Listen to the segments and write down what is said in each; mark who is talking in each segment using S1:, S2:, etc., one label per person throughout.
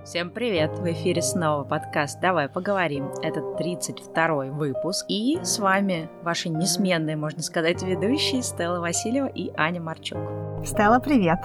S1: Всем привет! В эфире снова подкаст «Давай поговорим». Это 32-й выпуск. И с вами ваши несменные, можно сказать, ведущие Стелла Васильева и Аня Марчук.
S2: Стелла, привет!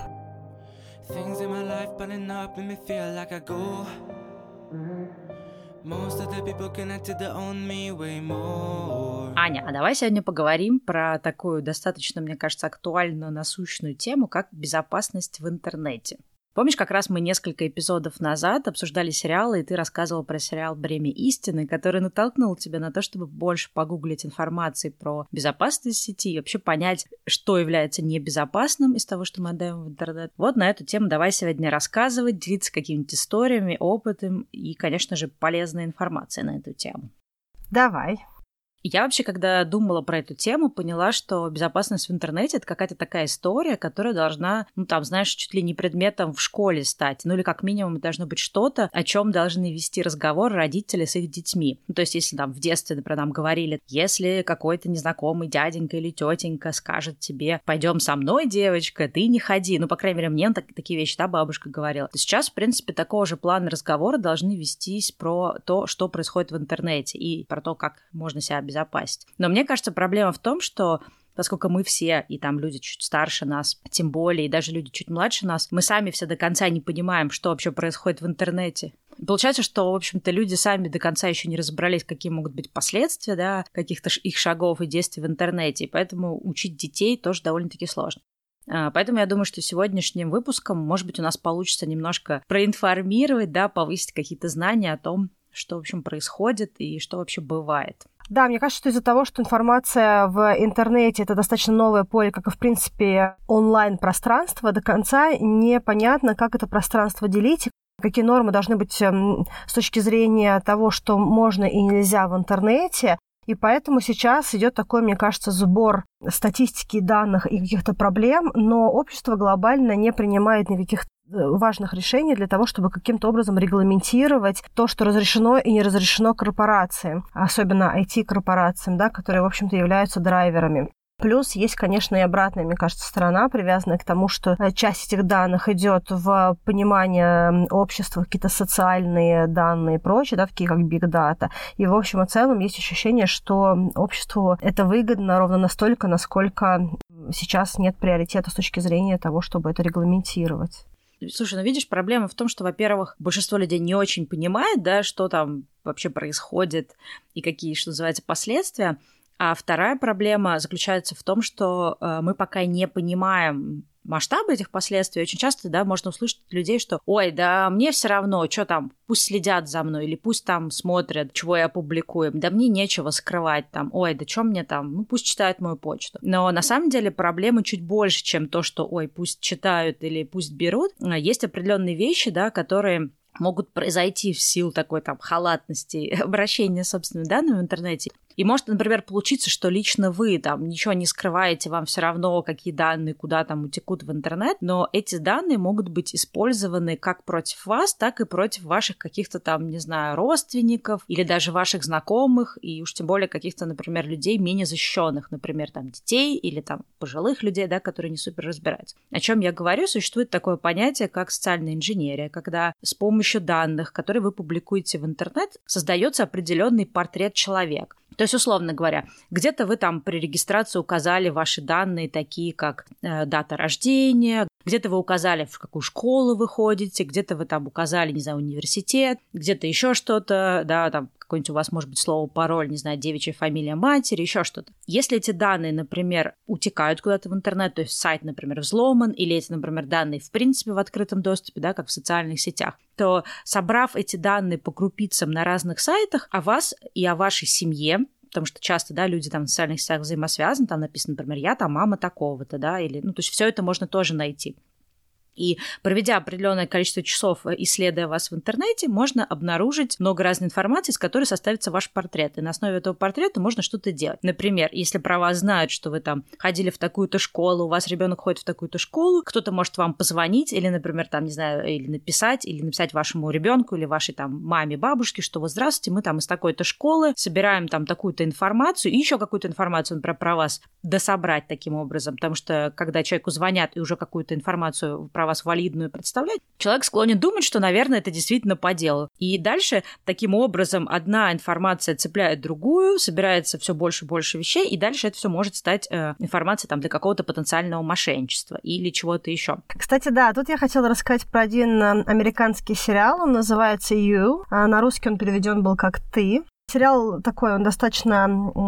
S1: Аня, а давай сегодня поговорим про такую достаточно, мне кажется, актуальную, насущную тему, как безопасность в интернете. Помнишь, как раз мы несколько эпизодов назад обсуждали сериалы, и ты рассказывала про сериал «Бремя истины», который натолкнул тебя на то, чтобы больше погуглить информации про безопасность сети и вообще понять, что является небезопасным из того, что мы отдаем в интернет. Вот на эту тему давай сегодня рассказывать, делиться какими-то историями, опытом и, конечно же, полезной информацией на эту тему.
S2: Давай.
S1: Я вообще, когда думала про эту тему, поняла, что безопасность в интернете — это какая-то такая история, которая должна, чуть ли не предметом в школе стать. Или как минимум должно быть что-то, о чем должны вести разговор родители с их детьми. То есть если в детстве, например, нам говорили, если какой-то незнакомый дяденька или тетенька скажет тебе: «Пойдем со мной, девочка, ты не ходи». По крайней мере, мне такие вещи, бабушка говорила. То сейчас, в принципе, такого же плана разговора должны вестись про то, что происходит в интернете, и про то, как можно себя обезопасить. Но мне кажется, проблема в том, что поскольку мы все, и люди чуть старше нас, тем более, и даже люди чуть младше нас, мы сами все до конца не понимаем, что вообще происходит в интернете. И получается, что, в общем-то, люди сами до конца еще не разобрались, какие могут быть последствия, каких-то их шагов и действий в интернете, и поэтому учить детей тоже довольно-таки сложно. Поэтому я думаю, что сегодняшним выпуском, может быть, у нас получится немножко проинформировать, повысить какие-то знания о том, что, в общем, происходит и что вообще бывает.
S2: Да, мне кажется, что из-за того, что информация в интернете — это достаточно новое поле, как и, в принципе, онлайн-пространство, до конца непонятно, как это пространство делить, какие нормы должны быть с точки зрения того, что можно и нельзя в интернете. И поэтому сейчас идет такой, мне кажется, сбор статистики, данных и каких-то проблем, но общество глобально не принимает никаких важных решений для того, чтобы каким-то образом регламентировать то, что разрешено и не разрешено корпорациям, особенно IT-корпорациям, которые, в общем-то, являются драйверами. Плюс есть, конечно, и обратная, мне кажется, сторона, привязанная к тому, что часть этих данных идет в понимание общества, какие-то социальные данные и прочее, такие как Big Data. И, в общем и целом, есть ощущение, что обществу это выгодно ровно настолько, насколько сейчас нет приоритета с точки зрения того, чтобы это регламентировать.
S1: Слушай, видишь, проблема в том, что, во-первых, большинство людей не очень понимает, что там вообще происходит и какие, что называется, последствия. А вторая проблема заключается в том, что мы пока не понимаем масштабы этих последствий. Очень часто, можно услышать от людей, что «Ой, да мне все равно, что там, пусть следят за мной, или пусть там смотрят, чего я публикую, да мне нечего скрывать там, ой, да что мне там, пусть читают мою почту». Но на самом деле проблемы чуть больше, чем то, что «Ой, пусть читают» или «пусть берут». Есть определенные вещи, которые могут произойти в силу такой халатности обращения с собственными данными в интернете. И может, например, получиться, что лично вы ничего не скрываете, вам все равно, какие данные куда утекут в интернет, но эти данные могут быть использованы как против вас, так и против ваших каких-то родственников или даже ваших знакомых, и уж тем более каких-то, например, людей менее защищенных, например, детей или пожилых людей, которые не супер разбираются. О чем я говорю? Существует такое понятие, как социальная инженерия, когда с помощью данных, которые вы публикуете в интернет, создается определенный портрет человека. То есть, условно говоря, где-то вы при регистрации указали ваши данные, такие как дата рождения, где-то вы указали, в какую школу вы ходите, где-то вы указали, университет, где-то еще что-то, какое-нибудь у вас может быть слово, пароль, девичья фамилия матери, еще что-то. Если эти данные, например, утекают куда-то в интернет, то есть сайт, например, взломан, или эти, например, данные в принципе в открытом доступе, как в социальных сетях, то, собрав эти данные по крупицам на разных сайтах о вас и о вашей семье, потому что часто, люди в социальных сетях взаимосвязаны, написано, например, я мама такого-то, или, то есть все это можно тоже найти. И проведя определенное количество часов, исследуя вас в интернете, можно обнаружить много разной информации, с которой составится ваш портрет. И на основе этого портрета можно что-то делать. Например, если про вас знают, что вы ходили в такую-то школу, у вас ребенок ходит в такую-то школу, кто-то может вам позвонить или, например, или написать вашему ребенку или вашей маме, бабушке, что здравствуйте, мы из такой-то школы собираем такую-то информацию и еще какую-то информацию, например, про вас дособрать таким образом, потому что когда человеку звонят и уже какую-то информацию про про вас валидную представлять, человек склонен думать, что, наверное, это действительно по делу. И дальше таким образом одна информация цепляет другую, собирается все больше и больше вещей, и дальше это все может стать информацией там, для какого-то потенциального мошенничества или чего-то еще.
S2: Кстати, да, тут я хотела рассказать про один американский сериал, он называется «You», на русский он переведен был как «Ты». Сериал такой, он достаточно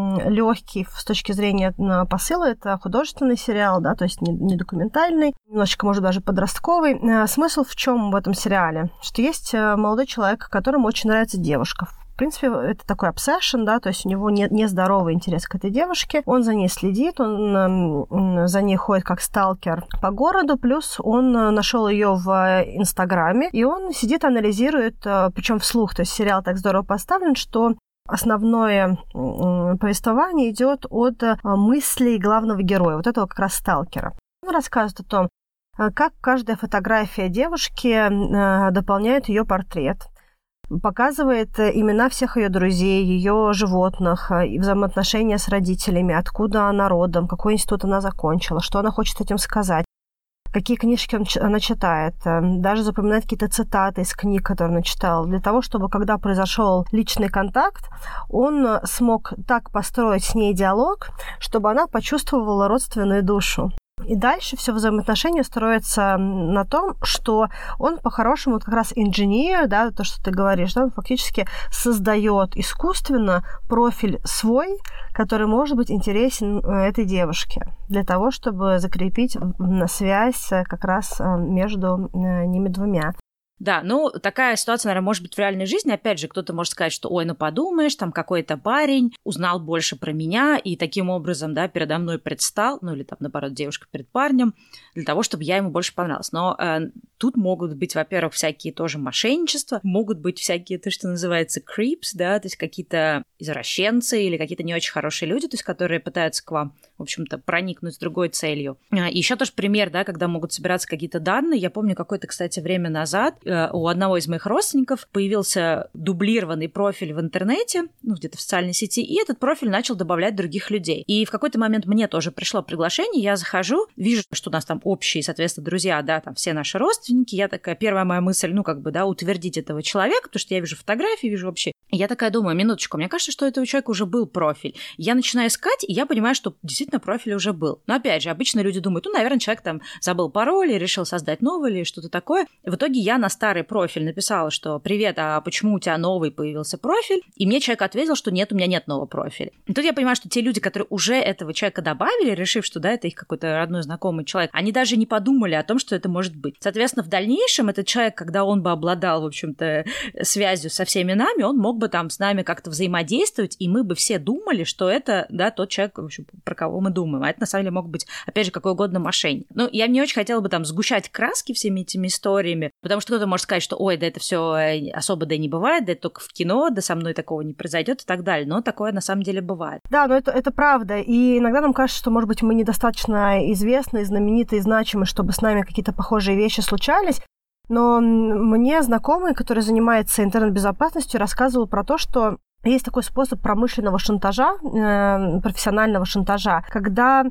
S2: легкий с точки зрения посыла. Это художественный сериал, да, то есть не документальный, немножечко, может, даже подростковый. Смысл в чем в этом сериале? Что есть молодой человек, которому очень нравится девушка. В принципе, это такой obsession, да, то есть у него нездоровый интерес к этой девушке. Он за ней следит, он за ней ходит как сталкер по городу, плюс он нашел ее в Инстаграме, и он сидит, анализирует, причем вслух, то есть сериал так здорово поставлен, что основное повествование идет от мыслей главного героя, вот этого как раз сталкера. Он рассказывает о том, как каждая фотография девушки дополняет ее портрет, показывает имена всех ее друзей, ее животных, и взаимоотношения с родителями, откуда она родом, какой институт она закончила, что она хочет этим сказать, какие книжки она читает, даже запоминать какие-то цитаты из книг, которые она читала, для того, чтобы, когда произошел личный контакт, он смог так построить с ней диалог, чтобы она почувствовала родственную душу. И дальше все взаимоотношения строятся на том, что он по-хорошему как раз инженер, да, то, что ты говоришь, да, он фактически создает искусственно профиль свой, который может быть интересен этой девушке, для того, чтобы закрепить связь как раз между ними двумя.
S1: Да, ну, такая ситуация, наверное, может быть в реальной жизни. Опять же, кто-то может сказать, что, ой, ну подумаешь, там какой-то парень узнал больше про меня и таким образом, да, передо мной предстал, ну, или там, наоборот, девушка перед парнем, для того, чтобы я ему больше понравилась. Но тут могут быть, во-первых, всякие тоже мошенничества, могут быть всякие, то, что называется creeps, да, то есть какие-то извращенцы или какие-то не очень хорошие люди, то есть которые пытаются к вам, в общем-то, проникнуть с другой целью. Еще тоже пример, да, когда могут собираться какие-то данные. Я помню, какое-то, кстати, время назад у одного из моих родственников появился дублированный профиль в интернете, ну, где-то в социальной сети, и этот профиль начал добавлять других людей. И в какой-то момент мне тоже пришло приглашение, я захожу, вижу, что у нас там общие, соответственно, друзья, да, там все наши родственники, я такая, первая моя мысль, ну, как бы, да, утвердить этого человека, потому что я вижу фотографии, вижу общие. И я такая думаю, минуточку, мне кажется, что у этого человека уже был профиль. Я начинаю искать, и я понимаю, что действительно профиль уже был. Но опять же, обычно люди думают, ну, наверное, человек там забыл пароль и решил создать новый или что-то такое. И в итоге я на старый профиль написала, что «Привет, а почему у тебя новый появился профиль?» И мне человек ответил, что нет, у меня нет нового профиля. И тут я понимаю, что те люди, которые уже этого человека добавили, решив, что да, это их какой-то родной знакомый человек, они даже не подумали о том, что это может быть. Соответственно, в дальнейшем этот человек, когда он бы обладал, в общем-то, связью со всеми нами, он мог бы там с нами как-то взаимодействовать, и мы бы все думали, что это, да, тот человек, в общем, про кого мы думаем. А это, на самом деле, мог быть, опять же, какой угодно мошенник. Ну, я не очень хотела бы там сгущать краски всеми этими историями, потому что кто-то может сказать, что ой, да это все особо да не бывает, да это только в кино, да со мной такого не произойдет и так далее. Но такое на самом деле бывает.
S2: Да, но это правда. И иногда нам кажется, что, может быть, мы недостаточно известны, знамениты и значимы, чтобы с нами какие-то похожие вещи случались. Но мне знакомый, который занимается интернет-безопасностью, рассказывал про то, что есть такой способ промышленного шантажа, профессионального шантажа, когда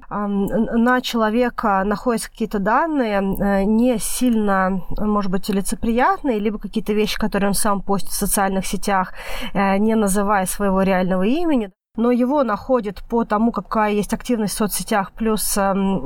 S2: на человека находятся какие-то данные не сильно, может быть, лицеприятные, либо какие-то вещи, которые он сам постит в социальных сетях, не называя своего реального имени, но его находят по тому, какая есть активность в соцсетях, плюс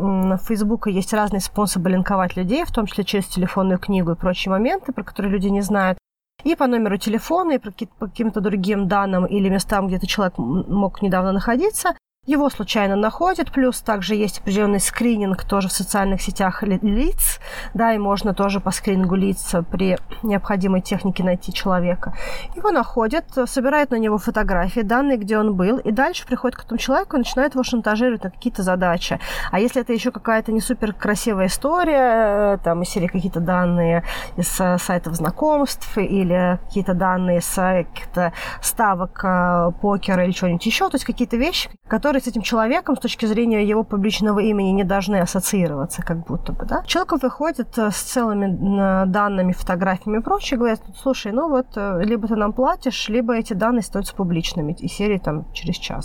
S2: в Фейсбуке есть разные способы линковать людей, в том числе через телефонную книгу и прочие моменты, про которые люди не знают. И по номеру телефона, и по каким-то другим данным или местам, где-то человек мог недавно находиться, его случайно находят, плюс также есть определенный скрининг тоже в социальных сетях лиц, да, и можно тоже по скринингу лиц при необходимой технике найти человека. Его находят, собирают на него фотографии, данные, где он был, и дальше приходят к этому человеку и начинают его шантажировать на какие-то задачи. А если это еще какая-то не супер красивая история, там из серии какие-то данные из сайтов знакомств или какие-то данные с каких-то ставок покера или что-нибудь еще, то есть какие-то вещи, которые с этим человеком с точки зрения его публичного имени не должны ассоциироваться, как будто бы, да. Человек выходит с целыми данными, фотографиями и прочее, говорит, слушай, ну вот, либо ты нам платишь, либо эти данные становятся публичными, и серии там через час.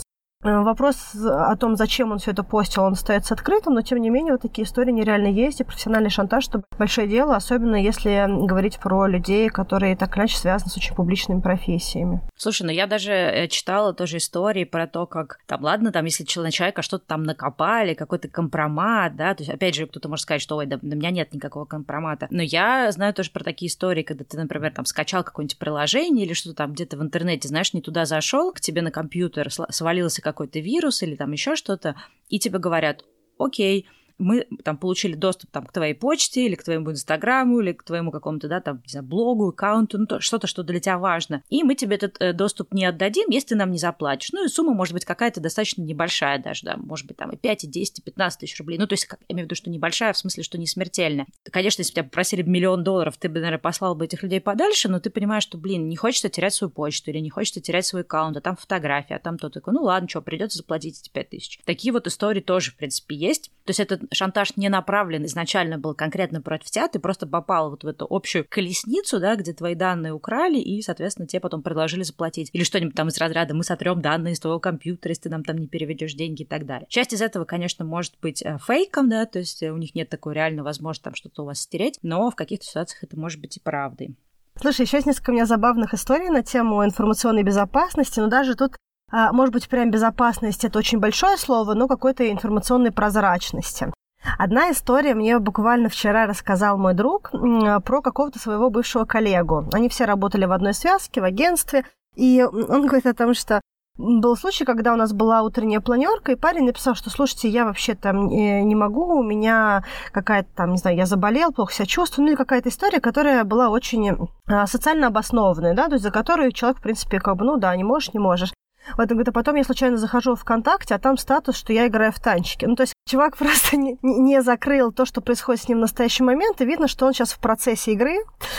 S2: Вопрос о том, зачем он все это постил, он остается открытым, но, тем не менее, вот такие истории нереально есть, и профессиональный шантаж — это большое дело, особенно если говорить про людей, которые так или иначе связаны с очень публичными профессиями.
S1: Слушай, я даже читала тоже истории про то, как, ладно, если на человека что-то там накопали, какой-то компромат, да, то есть, опять же, кто-то может сказать, что, ой, да, на меня нет никакого компромата, но я знаю тоже про такие истории, когда ты, например, скачал какое-нибудь приложение или что-то там где-то в интернете, знаешь, не туда зашел, к тебе на компьютер свалился какой-то вирус или еще что-то, и тебе говорят: окей, мы получили доступ к твоей почте или к твоему инстаграму или к твоему какому-то, не знаю, блогу, аккаунту, что-то, что для тебя важно. И мы тебе этот доступ не отдадим, если ты нам не заплатишь. И сумма может быть какая-то достаточно небольшая даже, может быть, и 5, и 10, и 15 тысяч рублей. То есть, я имею в виду, что небольшая, в смысле, что не смертельная. Конечно, если бы тебя попросили $1 миллион, ты бы, наверное, послал бы этих людей подальше, но ты понимаешь, что, не хочется терять свою почту или не хочется терять свой аккаунт, а там фотография, а там то. Такой, ладно, придется заплатить эти 5 тысяч. Такие вот истории тоже, в принципе, есть. То есть, этот шантаж не направлен изначально был конкретно против тебя, ты просто попал в эту общую колесницу, где твои данные украли, и, соответственно, тебе потом предложили заплатить. Или что-нибудь из разряда: мы сотрем данные из твоего компьютера, если ты нам не переведешь деньги и так далее. Часть из этого, конечно, может быть фейком, то есть у них нет такой реальной возможности что-то у вас стереть, но в каких-то ситуациях это может быть и правдой.
S2: Слушай, еще есть несколько у меня забавных историй на тему информационной безопасности, но даже тут, может быть, прям безопасность — это очень большое слово, но какой-то информационной прозрачности. Одна история мне буквально вчера рассказал мой друг про какого-то своего бывшего коллегу. Они все работали в одной связке, в агентстве, и он говорит о том, что был случай, когда у нас была утренняя планерка, и парень написал, что: слушайте, я вообще не могу, у меня какая-то не знаю, я заболел, плохо себя чувствую, или какая-то история, которая была очень социально обоснованная, то есть за которую человек, в принципе, не можешь. Вот, он говорит, а потом я случайно захожу в ВКонтакте, а там статус, что я играю в танчики. То есть чувак просто не закрыл то, что происходит с ним в настоящий момент, и видно, что он сейчас в процессе игры,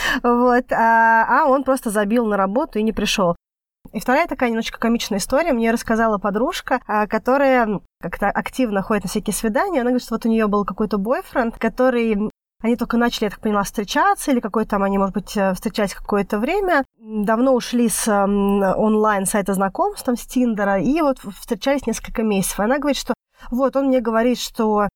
S2: а он просто забил на работу и не пришел. И вторая такая немножечко комичная история. Мне рассказала подружка, которая как-то активно ходит на всякие свидания. Она говорит, что вот у нее был какой-то бойфренд, который... Они только начали, я так поняла, встречаться, или они, может быть, встречались какое-то время. Давно ушли с онлайн-сайта знакомств, с Тиндера, и вот встречались несколько месяцев. Она говорит, что вот он мне говорит, что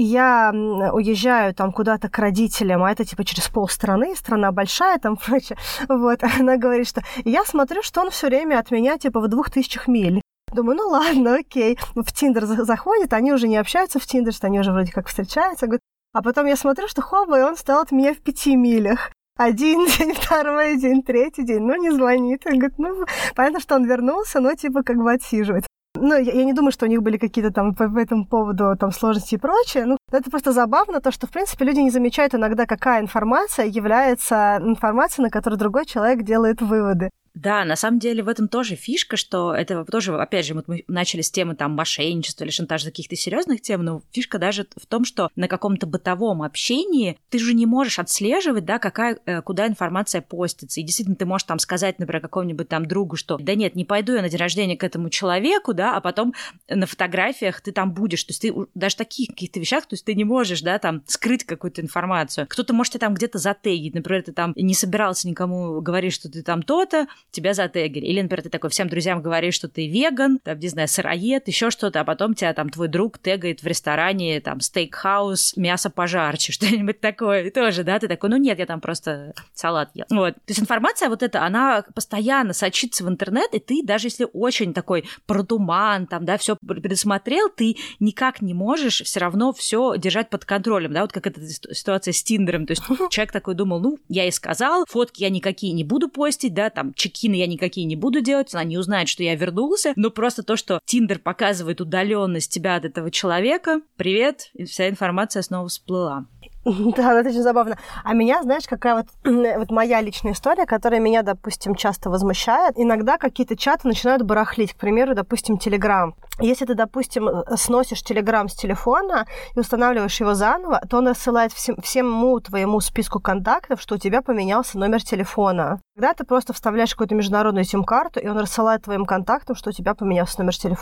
S2: я уезжаю куда-то к родителям, а это через полстраны, страна большая, прочее. Вот, она говорит, что я смотрю, что он все время от меня в 2000 миль. Думаю, ладно, окей. В Тиндер заходит, они уже не общаются в Тиндер, что они уже вроде как встречаются. Говорит, а потом я смотрю, что хоба, и он стал от меня в 5 милях. Один день, второй день, третий день, не звонит. Он говорит, понятно, что он вернулся, но отсиживает. Я не думаю, что у них были какие-то по этому поводу сложности и прочее. Это просто забавно, то, что, в принципе, люди не замечают иногда, какая информация является информацией, на которой другой человек делает выводы.
S1: Да, на самом деле в этом тоже фишка, что это тоже, опять же, мы начали с темы мошенничества или шантажа каких-то серьезных тем, но фишка даже в том, что на каком-то бытовом общении ты же не можешь отслеживать, куда информация постится. И действительно, ты можешь сказать, например, какому-нибудь другу, что да нет, не пойду я на день рождения к этому человеку, а потом на фотографиях ты будешь. То есть ты даже в таких каких-то вещах, то есть ты не можешь, скрыть какую-то информацию. Кто-то может тебя где-то затегить. Например, ты не собирался никому говорить, что ты то-то, тебя затегили. Или, например, ты такой всем друзьям говоришь, что ты веган, не знаю, сыроед, еще что-то, а потом тебя твой друг тегает в ресторане, стейкхаус, мясо пожарче, что-нибудь такое. И тоже, ты такой, нет, я просто салат ел. Вот. То есть информация эта, она постоянно сочится в интернет, и ты, даже если очень такой продуман, все предусмотрел, ты никак не можешь все равно все держать под контролем, вот как эта ситуация с Тиндером. То есть человек такой думал, я и сказал, фотки я никакие не буду постить, чекины я никакие не буду делать, она не узнает, что я вернулся, но просто то, что Тиндер показывает удаленность тебя от этого человека, привет, и вся информация снова всплыла.
S2: Да, это очень забавно. А меня, знаешь, какая вот моя личная история, которая меня, допустим, часто возмущает. Иногда какие-то чаты начинают барахлить. К примеру, допустим, Телеграм. Если ты, допустим, сносишь Телеграм с телефона и устанавливаешь его заново, то он рассылает всему твоему списку контактов, что у тебя поменялся номер телефона. Когда ты просто вставляешь какую-то международную сим-карту, и он рассылает твоим контактам, что у тебя поменялся номер телефона.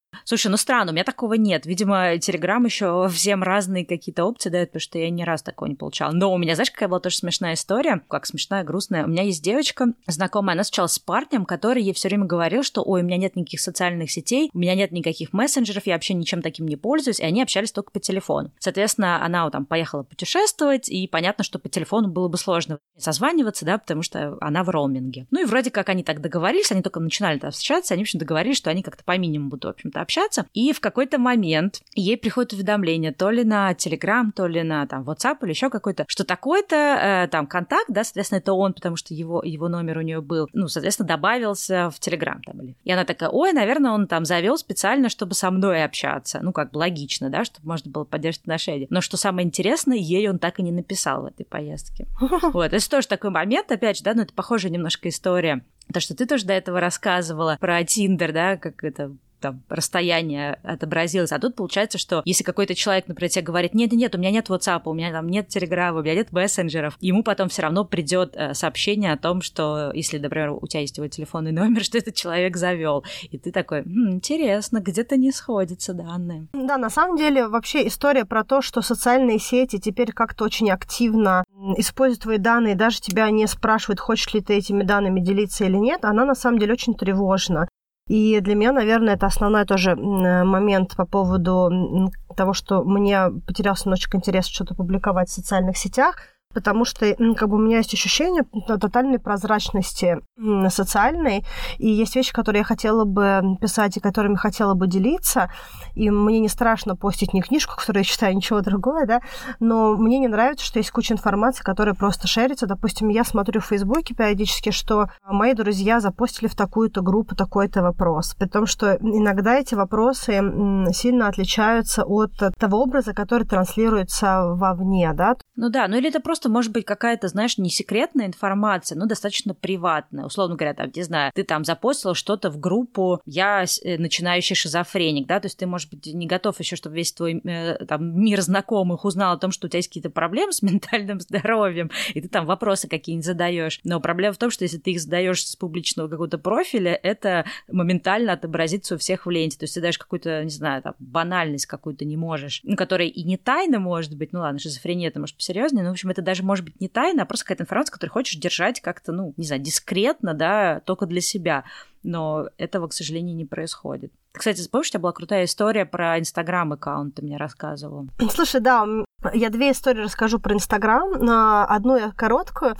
S1: Слушай, ну странно, у меня такого нет. Видимо, Telegram еще всем разные какие-то опции дает, потому что я ни разу такого не получала. Но у меня, знаешь, какая была тоже смешная история? Как смешная, грустная. У меня есть девочка знакомая, она встречалась с парнем, который ей все время говорил, что ой, у меня нет никаких социальных сетей, у меня нет никаких мессенджеров, я вообще ничем таким не пользуюсь, и они общались только по телефону. Соответственно, она там поехала путешествовать, и понятно, что по телефону было бы сложно созваниваться, да, потому что она в роуминге. Ну и вроде как они так договорились, они только начинали там встречаться, они, в общем, договорились, что они как-то по минимуму будут, в общем-то, общаться. И в какой-то момент ей приходит уведомление то ли на Telegram, то ли на там WhatsApp или еще какой-то, что такой-то там контакт, да, соответственно, это он, потому что его номер у нее был, ну, соответственно, добавился в Telegram там. И она такая, ой, наверное, он там завел специально, чтобы со мной общаться. Ну, как бы логично, да, чтобы можно было поддерживать отношения. Но что самое интересное, ей он так и не написал в этой поездке. Вот, это тоже такой момент, опять же, да, но это похожая немножко история. То, что ты тоже до этого рассказывала про Tinder, да, как это там расстояние отобразилось. А тут получается, что если какой-то человек, например, тебе говорит, нет, у меня нет WhatsApp, у меня там нет Telegram, у меня нет мессенджеров, ему потом все равно придет сообщение о том, что если, например, у тебя есть его телефонный номер, что этот человек завел. И ты такой, интересно, где-то не сходятся данные.
S2: Да, на самом деле вообще история про то, что социальные сети теперь как-то очень активно используют твои данные, даже тебя не спрашивают, хочешь ли ты этими данными делиться или нет, она на самом деле очень тревожна. И для меня, наверное, это основной тоже момент по поводу того, что мне потерялся немножечко интерес что-то публиковать в социальных сетях, потому что как бы у меня есть ощущение тотальной прозрачности социальной, и есть вещи, которые я хотела бы писать и которыми хотела бы делиться, и мне не страшно постить не книжку, которую я читаю, ничего другое, да, но мне не нравится, что есть куча информации, которая просто шерится. Допустим, я смотрю в Фейсбуке периодически, что мои друзья запостили в такую-то группу такой-то вопрос, при том, что иногда эти вопросы сильно отличаются от того образа, который транслируется вовне, да.
S1: Ну да, ну или это просто может быть какая-то, знаешь, не секретная информация, но достаточно приватная. Условно говоря, там, не знаю, ты там запостил что-то в группу «Я начинающий шизофреник», да, то есть ты, может быть, не готов еще, чтобы весь твой там мир знакомых узнал о том, что у тебя есть какие-то проблемы с ментальным здоровьем, и ты там вопросы какие-нибудь задаешь. Но проблема в том, что если ты их задаешь с публичного какого-то профиля, это моментально отобразится у всех в ленте. То есть ты даже какую-то, не знаю, там, банальность какую-то не можешь, ну, которая и не тайна может быть, ну ладно, шизофрения это может посерьезнее, но, в общем, это даже может быть не тайна, а просто какая-то информация, которую хочешь держать как-то, ну, не знаю, дискретно, да, только для себя. Но этого, к сожалению, не происходит. Кстати, помнишь, у тебя была крутая история про Инстаграм-аккаунт, ты мне рассказывала?
S2: Слушай, да, я две истории расскажу про Инстаграм. Одну я короткую.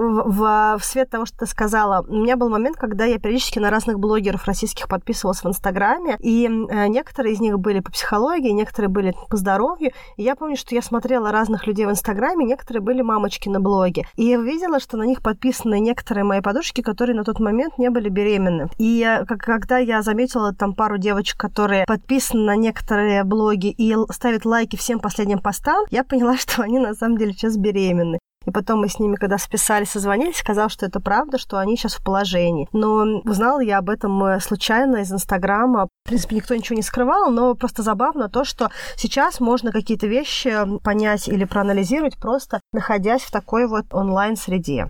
S2: В свет того, что ты сказала, у меня был момент, когда я периодически на разных блогеров российских подписывалась в Инстаграме, и некоторые из них были по психологии, некоторые были по здоровью. И я помню, что я смотрела разных людей в Инстаграме, некоторые были мамочки на блоге. И я увидела, что на них подписаны некоторые мои подружки, которые на тот момент не были беременны. И когда я заметила там пару девочек, которые подписаны на некоторые блоги и ставят лайки всем последним постам, я поняла, что они на самом деле сейчас беременны. И потом мы с ними, когда списались, созвонились, сказал, что это правда, что они сейчас в положении. Но узнала я об этом случайно из Инстаграма. В принципе, никто ничего не скрывал, но просто забавно то, что сейчас можно какие-то вещи понять или проанализировать, просто находясь в такой вот онлайн-среде.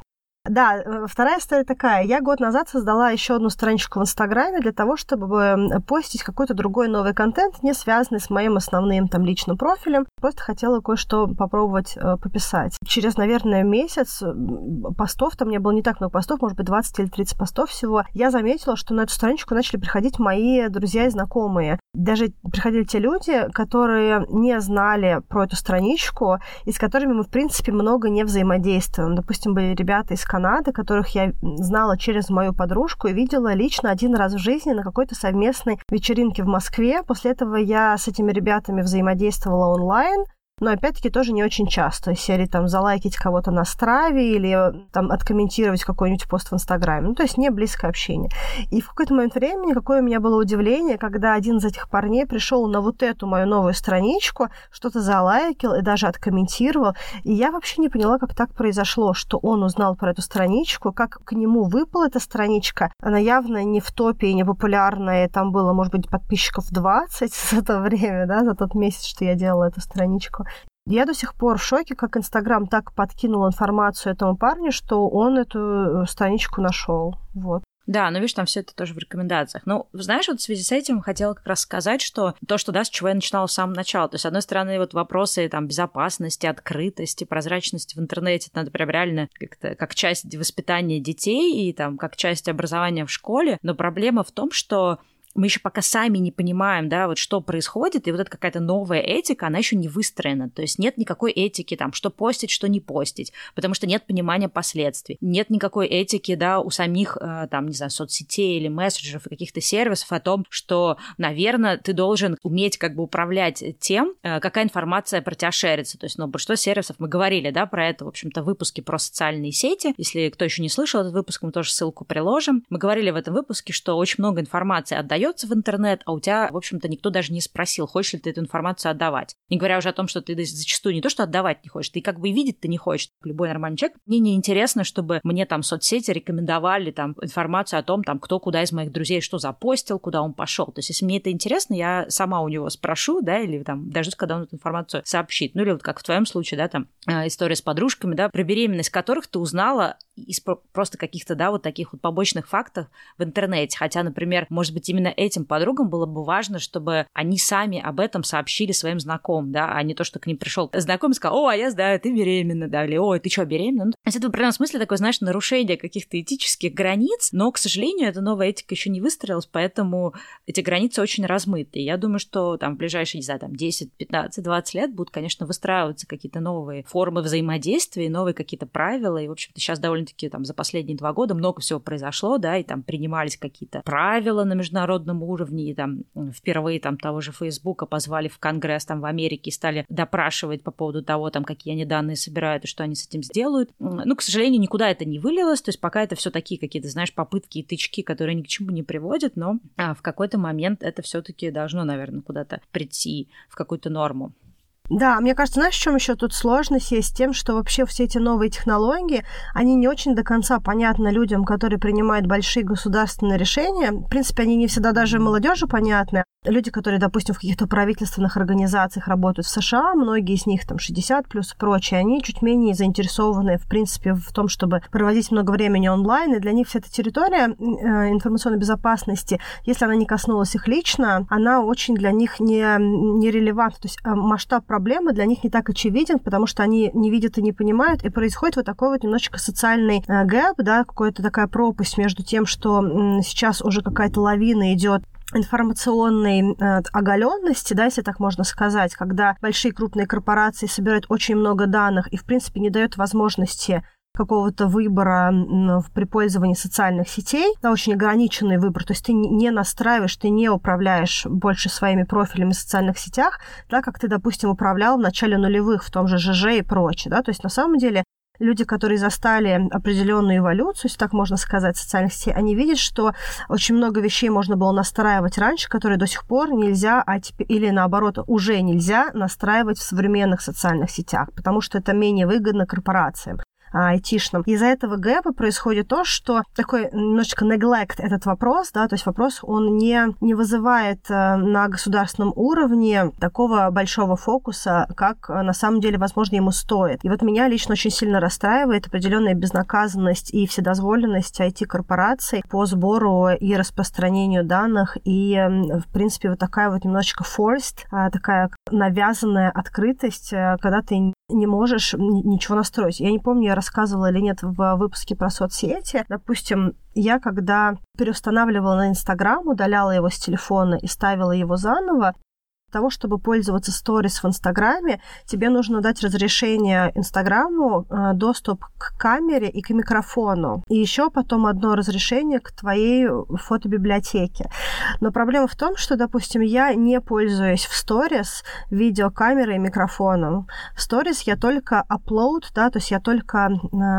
S2: Да, вторая история такая. Я год назад создала еще одну страничку в Инстаграме для того, чтобы постить какой-то другой новый контент, не связанный с моим основным там личным профилем. Просто хотела кое-что попробовать пописать. Через, наверное, месяц постов, там не было не так много постов, может быть, 20 или 30 постов всего, я заметила, что на эту страничку начали приходить мои друзья и знакомые. Даже приходили те люди, которые не знали про эту страничку и с которыми мы, в принципе, много не взаимодействуем. Допустим, были ребята из Канады, которых я знала через мою подружку и видела лично один раз в жизни на какой-то совместной вечеринке в Москве. После этого я с этими ребятами взаимодействовала онлайн, но, опять-таки, тоже не очень часто. Из серии там залайкить кого-то на Страве или там откомментировать какой-нибудь пост в Инстаграме. Ну, то есть не близкое общение. И в какой-то момент времени, какое у меня было удивление, когда один из этих парней пришел на вот эту мою новую страничку, что-то залайкил и даже откомментировал. И я вообще не поняла, как так произошло, что он узнал про эту страничку, как к нему выпала эта страничка. Она явно не в топе и не популярная. Там было, может быть, подписчиков 20 за то время, да, за тот месяц, что я делала эту страничку. Я до сих пор в шоке, как Инстаграм так подкинул информацию этому парню, что он эту страничку нашел. Вот.
S1: Да, но видишь, там все это тоже в рекомендациях. Ну, знаешь, вот в связи с этим хотела как раз сказать, что то, что, да, с чего я начинала в самом начале. То есть, с одной стороны, вот вопросы там безопасности, открытости, прозрачности в интернете, это надо прям реально как-то как часть воспитания детей и там как часть образования в школе. Но проблема в том, что мы еще пока сами не понимаем, да, вот что происходит, и вот эта какая-то новая этика, она еще не выстроена. То есть нет никакой этики, там, что постить, что не постить, потому что нет понимания последствий. Нет никакой этики, да, у самих, там, не знаю, соцсетей или мессенджеров и каких-то сервисов о том, что, наверное, ты должен уметь как бы управлять тем, какая информация про тебя шерится. То есть, ну, большинство сервисов, мы говорили, да, про это, в общем-то, в выпуске про социальные сети. Если кто еще не слышал этот выпуск, мы тоже ссылку приложим. Мы говорили в этом выпуске, что очень много информации отдается в интернет, а у тебя, в общем-то, никто даже не спросил, хочешь ли ты эту информацию отдавать. Не говоря уже о том, что ты зачастую не то, что отдавать не хочешь, ты как бы и видеть ты не хочешь. Любой нормальный человек. Мне не интересно, чтобы мне там соцсети рекомендовали там информацию о том, там, кто куда из моих друзей что запостил, куда он пошел. То есть, если мне это интересно, я сама у него спрошу, да, или там дождусь, когда он эту информацию сообщит. Ну, или вот как в твоем случае, да, там, история с подружками, да, про беременность которых ты узнала из просто каких-то, да, вот таких вот побочных фактов в интернете. Хотя, например, может быть, именно этим подругам было бы важно, чтобы они сами об этом сообщили своим знакомым, да, а не то, что к ним пришел знакомый и сказал: «О, а я знаю, ты беременна», да, или «Ой, ты что, беременна?» Ну, то есть это в определенном смысле такое, знаешь, нарушение каких-то этических границ, но, к сожалению, эта новая этика еще не выстроилась, поэтому эти границы очень размыты. И я думаю, что там в ближайшие, не знаю, там 10, 15, 20 лет будут, конечно, выстраиваться какие-то новые формы взаимодействия, новые какие-то правила, и, в общем-то, сейчас довольно-таки там за последние 2 года много всего произошло, да, и там принимались какие-то правила на международном уровне, и там впервые там того же Фейсбука позвали в Конгресс там в Америке и стали допрашивать по поводу того, там, какие они данные собирают и что они с этим сделают. Ну, к сожалению, никуда это не вылилось, то есть пока это все такие какие-то, знаешь, попытки и тычки, которые ни к чему не приводят, но в какой-то момент это все-таки должно, наверное, куда-то прийти в какую-то норму.
S2: Да, мне кажется, знаешь, в чем еще тут сложность есть? С тем, что вообще все эти новые технологии, они не очень до конца понятны людям, которые принимают большие государственные решения. В принципе, они не всегда даже молодежи понятны. Люди, которые, допустим, в каких-то правительственных организациях работают в США, многие из них, там, 60 плюс и прочее, они чуть менее заинтересованы, в принципе, в том, чтобы проводить много времени онлайн, и для них вся эта территория информационной безопасности, если она не коснулась их лично, она очень для них не релевантна. То есть масштаб проблемы для них не так очевиден, потому что они не видят и не понимают, и происходит вот такой вот немножечко социальный гэп, да, какая-то такая пропасть между тем, что сейчас уже какая-то лавина идет информационной оголенности, да, если так можно сказать, когда большие крупные корпорации собирают очень много данных и, в принципе, не дают возможности какого-то выбора при пользовании социальных сетей, да, очень ограниченный выбор, то есть ты не настраиваешь, ты не управляешь больше своими профилями в социальных сетях, да, как ты, допустим, управлял в начале нулевых в том же ЖЖ и прочее, да, то есть на самом деле люди, которые застали определенную эволюцию, если так можно сказать, социальных сетей, они видят, что очень много вещей можно было настраивать раньше, которые до сих пор нельзя, или наоборот, уже нельзя настраивать в современных социальных сетях, потому что это менее выгодно корпорациям айтишным. Из-за этого гэпа происходит то, что такой немножечко neglect этот вопрос, да, то есть вопрос, он не вызывает на государственном уровне такого большого фокуса, как на самом деле, возможно, ему стоит. И вот меня лично очень сильно расстраивает определенная безнаказанность и вседозволенность IT-корпораций по сбору и распространению данных, и, в принципе, вот такая вот немножечко forced, такая навязанная открытость, когда ты не можешь ничего настроить. Я не помню, я рассказывала или нет в выпуске про соцсети. Допустим, я когда переустанавливала на Инстаграм, удаляла его с телефона и ставила его заново, для того, чтобы пользоваться сторис в Инстаграме, тебе нужно дать разрешение Инстаграму, доступ к камере и к микрофону. И еще потом одно разрешение к твоей фотобиблиотеке. Но проблема в том, что, допустим, я не пользуюсь в сторис видеокамерой и микрофоном. В сторис я только upload, да, то есть я только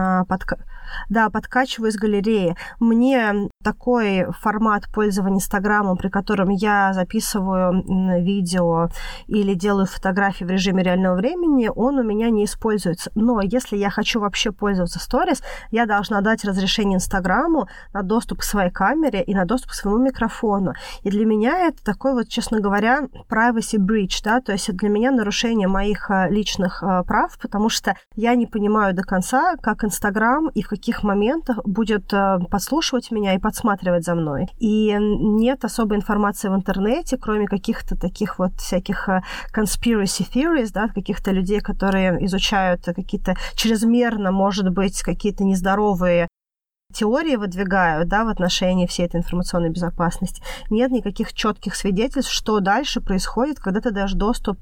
S2: подкачиваю из галереи. Мне такой формат пользования Инстаграмом, при котором я записываю видео или делаю фотографии в режиме реального времени, он у меня не используется. Но если я хочу вообще пользоваться сторис, я должна дать разрешение Инстаграму на доступ к своей камере и на доступ к своему микрофону. И для меня это такой вот, честно говоря, privacy breach, да, то есть для меня нарушение моих личных прав, потому что я не понимаю до конца, как Инстаграм и в каких моментах будет подслушивать меня и подсматривать за мной. И нет особой информации в интернете, кроме каких-то таких вот всяких conspiracy theories, да, каких-то людей, которые изучают какие-то чрезмерно, может быть, какие-то нездоровые теории выдвигают, да, в отношении всей этой информационной безопасности. Нет никаких четких свидетельств, что дальше происходит, когда ты даешь доступ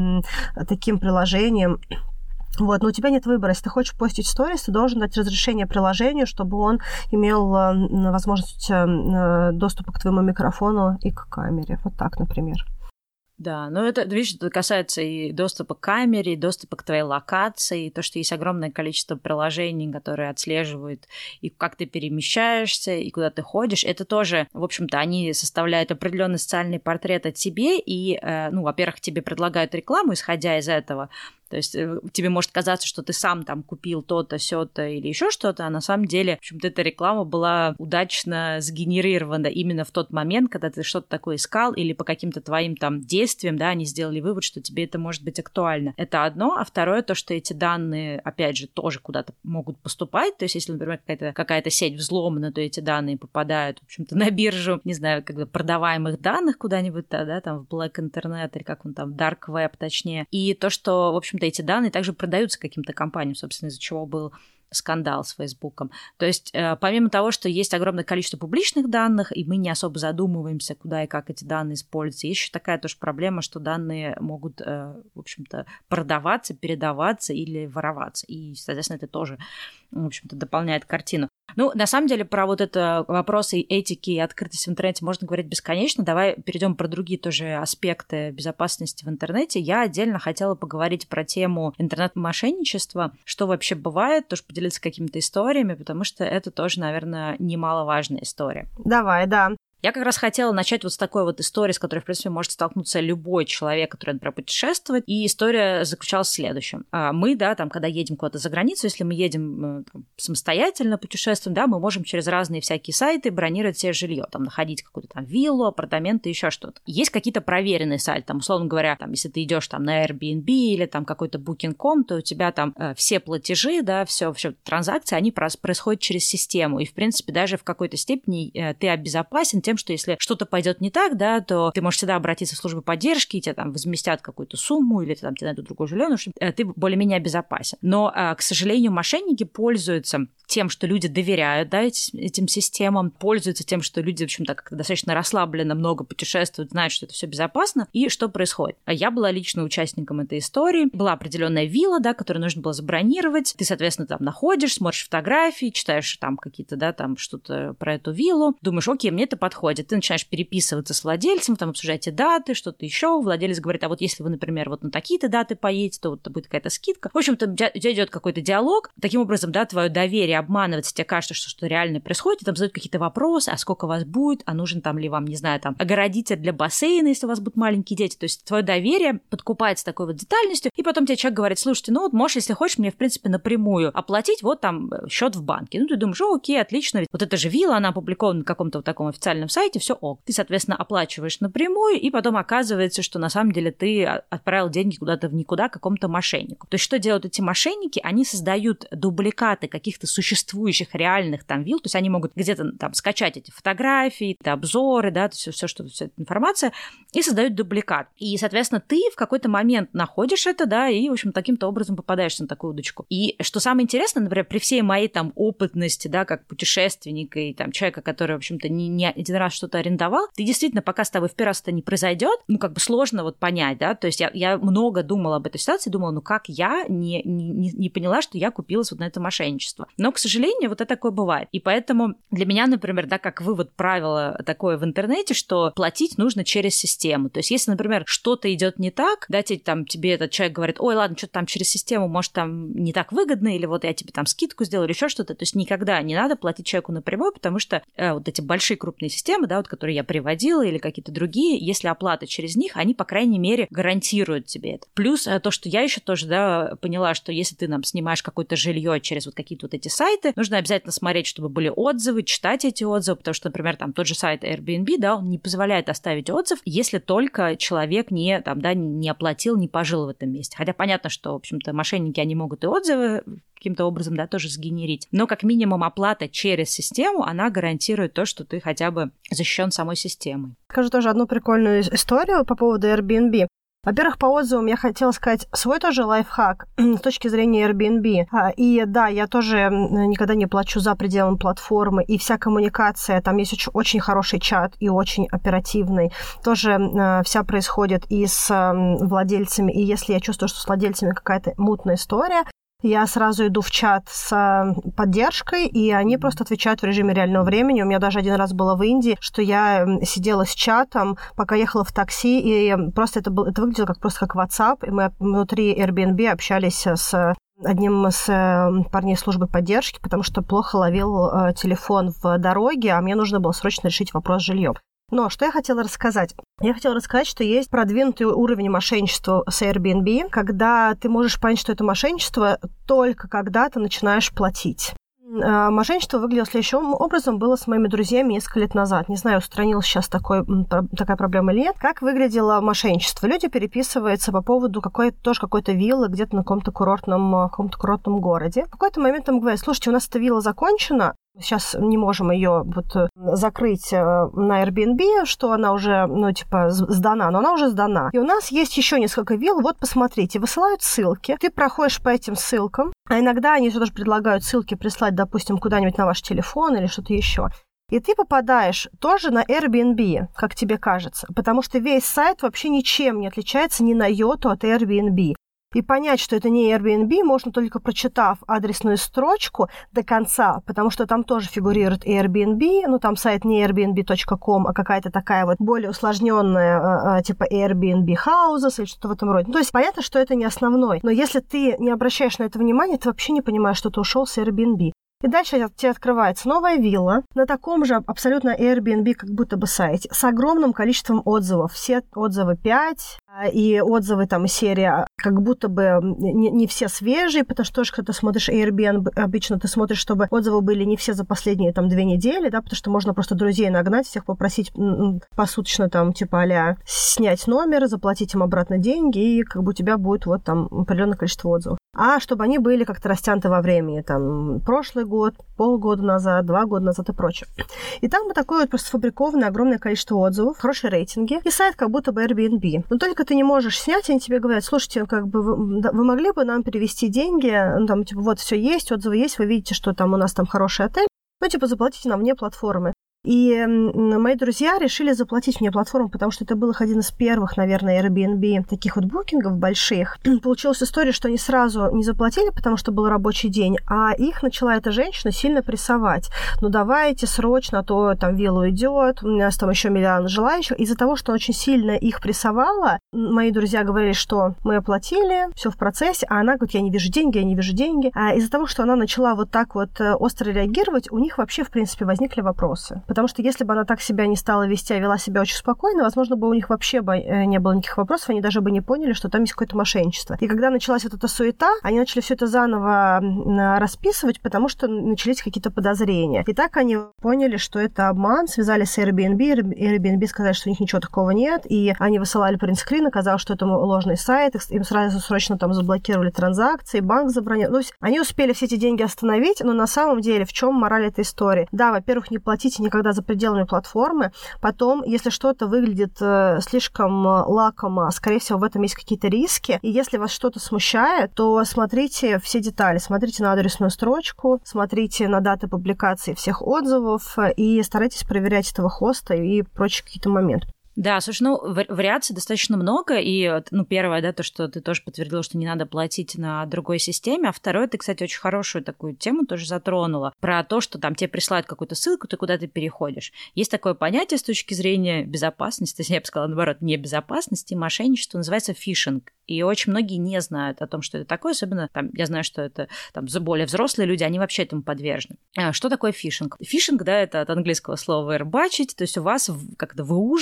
S2: таким приложениям. Вот, но у тебя нет выбора. Если ты хочешь постить сторис, ты должен дать разрешение приложению, чтобы он имел возможность доступа к твоему микрофону и к камере. Вот так, например.
S1: Да, но это, видишь, это касается и доступа к камере, и доступа к твоей локации, и то, что есть огромное количество приложений, которые отслеживают и как ты перемещаешься, и куда ты ходишь. Это тоже, в общем-то, они составляют определенный социальный портрет о тебе, и, ну, во-первых, тебе предлагают рекламу, исходя из этого. То есть тебе может казаться, что ты сам там купил то-то, сё-то или еще что-то, а на самом деле, в общем-то, эта реклама была удачно сгенерирована именно в тот момент, когда ты что-то такое искал, или по каким-то твоим там действиям, да, они сделали вывод, что тебе это может быть актуально. Это одно, а второе, то, что эти данные, опять же, тоже куда-то могут поступать. То есть если, например, какая-то сеть взломана, то эти данные попадают, в общем-то, на биржу, не знаю, как бы продаваемых данных куда-нибудь, да, там в Black Internet или как он там, Dark Web, точнее. И то, что, в общем, эти данные также продаются каким-то компаниям, собственно, из-за чего был скандал с Фейсбуком. То есть, помимо того, что есть огромное количество публичных данных, и мы не особо задумываемся, куда и как эти данные используются, есть еще такая тоже проблема, что данные могут, в общем-то, продаваться, передаваться или вороваться. И, соответственно, это тоже, в общем-то, дополняет картину. Ну, на самом деле, про вот это вопросы этики и открытости в интернете можно говорить бесконечно. Давай перейдем про другие тоже аспекты безопасности в интернете. Я отдельно хотела поговорить про тему интернет-мошенничества, что вообще бывает, тоже поделиться какими-то историями, потому что это тоже, наверное, немаловажная история.
S2: Давай, да.
S1: Я как раз хотела начать вот с такой вот истории, с которой, в принципе, может столкнуться любой человек, который, например, путешествует. И история заключалась в следующем. Мы, да, там, когда едем куда-то за границу, если мы едем там, самостоятельно путешествуем, да, мы можем через разные всякие сайты бронировать себе жилье, там, находить какую-то там виллу, апартаменты, еще что-то. Есть какие-то проверенные сайты, там, условно говоря, там, если ты идешь там на Airbnb или там какой-то Booking.com, то у тебя там все платежи, да, все транзакции, они происходят через систему. И, в принципе, даже в какой-то степени ты обезопасен тем, что если что-то пойдет не так, да, то ты можешь всегда обратиться в службу поддержки, и тебе там возместят какую-то сумму, или там тебе найдут другое жилье, но ты более-менее безопасен. Но, к сожалению, мошенники пользуются тем, что люди доверяют, да, этим системам, пользуются тем, что люди, в общем-то, как-то достаточно расслабленно много путешествуют, знают, что это все безопасно. И что происходит? Я была лично участником этой истории. Была определенная вилла, да, которую нужно было забронировать. Ты, соответственно, там находишь, смотришь фотографии, читаешь там какие-то, да, там что-то про эту виллу. Думаешь, окей, мне это подходит. Ты начинаешь переписываться с владельцем, там обсуждаете даты, что-то еще. Владелец говорит, а вот если вы, например, вот на такие-то даты поедете, то вот будет какая-то скидка. В общем-то, у тебя идет какой-то диалог. Таким образом, да, твое доверие обманывается, тебе кажется, что что-то реально происходит, и там задают какие-то вопросы, а сколько вас будет, а нужен там ли вам, не знаю, там, огородитель для бассейна, если у вас будут маленькие дети. То есть твое доверие подкупается такой вот детальностью, и потом тебе человек говорит, слушайте, ну вот можешь, если хочешь, мне, в принципе, напрямую оплатить вот там счет в банке. Ну, ты думаешь, окей, отлично, ведь вот эта же вилла, она опубликована на каком-то вот таком официальном сайте, все ок. Ты, соответственно, оплачиваешь напрямую, и потом оказывается, что на самом деле ты отправил деньги куда-то в никуда какому-то мошеннику. То есть что делают эти мошенники? Они создают дубликаты каких-то существующих реальных там вилл, то есть они могут где-то там скачать эти фотографии, обзоры, да, все, что вся эта информация, и создают дубликат. И, соответственно, ты в какой-то момент находишь это, да, и, в общем, таким-то образом попадаешься на такую удочку. И что самое интересное, например, при всей моей там опытности, да, как путешественника и там человека, который, в общем-то, не один раз что-то арендовал, ты действительно, пока с тобой в первый раз это не произойдет, ну, как бы сложно вот понять, да, то есть я много думала об этой ситуации, думала, ну, как я не поняла, что я купилась вот на это мошенничество. Но, к сожалению, вот это такое бывает. И поэтому для меня, например, да, как вывод правила такое в интернете, что платить нужно через систему. То есть если, например, что-то идет не так, да, тебе этот человек говорит, ой, ладно, что-то там через систему, может, там не так выгодно, или вот я тебе там скидку сделаю, или еще что-то. То есть никогда не надо платить человеку напрямую, потому что вот эти большие крупные системы, да, вот, которые я приводила, или какие-то другие, если оплата через них, они, по крайней мере, гарантируют тебе это. Плюс то, что я еще тоже, да, поняла, что если ты нам снимаешь какое-то жилье через вот какие-то вот эти сайты, нужно обязательно смотреть, чтобы были отзывы, читать эти отзывы, потому что, например, там тот же сайт Airbnb, да, он не позволяет оставить отзыв, если только человек не оплатил, не пожил в этом месте. Хотя понятно, что, в общем-то, мошенники, они могут и отзывы каким-то образом, да, тоже сгенерить. Но как минимум оплата через систему, она гарантирует то, что ты хотя бы защищен самой системой.
S2: Скажу тоже одну прикольную историю по поводу Airbnb. Во-первых, по отзывам я хотела сказать свой тоже лайфхак с точки зрения Airbnb. И да, я тоже никогда не плачу за пределами платформы, и вся коммуникация, там есть очень хороший чат и очень оперативный, тоже вся происходит и с владельцами, и если я чувствую, что с владельцами какая-то мутная история, я сразу иду в чат с поддержкой, и они просто отвечают в режиме реального времени. У меня даже один раз было в Индии, что я сидела с чатом, пока ехала в такси, и просто это выглядело просто как WhatsApp, и мы внутри Airbnb общались с одним из парней службы поддержки, потому что плохо ловил телефон в дороге, а мне нужно было срочно решить вопрос с жильем. Но что я хотела рассказать? Я хотела рассказать, что есть продвинутый уровень мошенничества с Airbnb, когда ты можешь понять, что это мошенничество только когда ты начинаешь платить. Мошенничество выглядело следующим образом, было с моими друзьями несколько лет назад. Не знаю, устранилась сейчас такая проблема или нет. Как выглядело мошенничество? Люди переписываются по поводу какой-то виллы где-то на каком-то курортном городе. В какой-то момент им говорят: слушайте, у нас эта вилла закончена, сейчас не можем ее закрыть на Airbnb, что она уже, сдана, но она уже сдана. И у нас есть еще несколько вилл, вот посмотрите, высылают ссылки, ты проходишь по этим ссылкам, а иногда они даже предлагают ссылки прислать, допустим, куда-нибудь на ваш телефон или что-то еще. И ты попадаешь тоже на Airbnb, как тебе кажется, потому что весь сайт вообще ничем не отличается ни на йоту от Airbnb. И понять, что это не Airbnb, можно только прочитав адресную строчку до конца, потому что там тоже фигурирует Airbnb, там сайт не airbnb.com, а какая-то такая более усложненная, типа Airbnb Houses или что-то в этом роде. То есть понятно, что это не основной. Но если ты не обращаешь на это внимания, ты вообще не понимаешь, что ты ушел с Airbnb. И дальше тебе открывается новая вилла на таком же абсолютно Airbnb как будто бы сайте с огромным количеством отзывов. Все отзывы 5, и отзывы там серия как будто бы не все свежие, потому что тоже, когда ты смотришь Airbnb, обычно ты смотришь, чтобы отзывы были не все за последние 2 недели, да, потому что можно просто друзей нагнать, всех попросить посуточно а-ля снять номер, заплатить им обратно деньги, и как бы у тебя будет определенное количество отзывов. А чтобы они были как-то растянуты во времени, прошлый год, полгода назад, 2 года назад и прочее. И там такое просто сфабрикованное огромное количество отзывов, хорошие рейтинги, и сайт как будто бы Airbnb. Но только ты не можешь снять, они тебе говорят: слушайте, вы могли бы нам перевести деньги, вот все есть, отзывы есть, вы видите, что у нас хороший отель, заплатите нам вне платформы. И мои друзья решили заплатить мне платформу, потому что это был один из первых, наверное, Airbnb таких букингов больших. Получилась история, что они сразу не заплатили, потому что был рабочий день, а их начала эта женщина сильно прессовать. Давайте срочно, а то вилла идет, у нас еще миллион желающих. Из-за того, что очень сильно их прессовала, мои друзья говорили, что мы оплатили, все в процессе, а она говорит: я не вижу деньги. А из-за того, что она начала остро реагировать, у них вообще, в принципе, возникли вопросы. Потому что если бы она так себя не стала вести, а вела себя очень спокойно, возможно, бы у них вообще не было никаких вопросов, они даже бы не поняли, что там есть какое-то мошенничество. И когда началась эта суета, они начали все это заново расписывать, потому что начались какие-то подозрения. И так они поняли, что это обман, связались с Airbnb сказали, что у них ничего такого нет, и они высылали принтскрин, оказалось, что это ложный сайт, им сразу срочно заблокировали транзакции, банк забронировал. Они успели все эти деньги остановить, но на самом деле в чем мораль этой истории? Да, во-первых, не платите никогда за пределами платформы. Потом, если что-то выглядит слишком лакомо, скорее всего, в этом есть какие-то риски. И если вас что-то смущает, то смотрите все детали. Смотрите на адресную строчку, смотрите на даты публикации всех отзывов и старайтесь проверять этого хоста и прочие какие-то моменты.
S1: Да, слушай, вариаций достаточно много, и, первое, да, то, что ты тоже подтвердила, что не надо платить на другой системе, а второе, ты, кстати, очень хорошую такую тему тоже затронула, про то, что тебе присылают какую-то ссылку, ты куда-то переходишь. Есть такое понятие с точки зрения безопасности, я бы сказала, наоборот, небезопасности, мошенничества, называется фишинг. И очень многие не знают о том, что это такое, особенно, я знаю, что это более взрослые люди, они вообще этому подвержены. Что такое фишинг? Фишинг, да, это от английского слова «вербачить», то есть у вас как-то выуживают, да,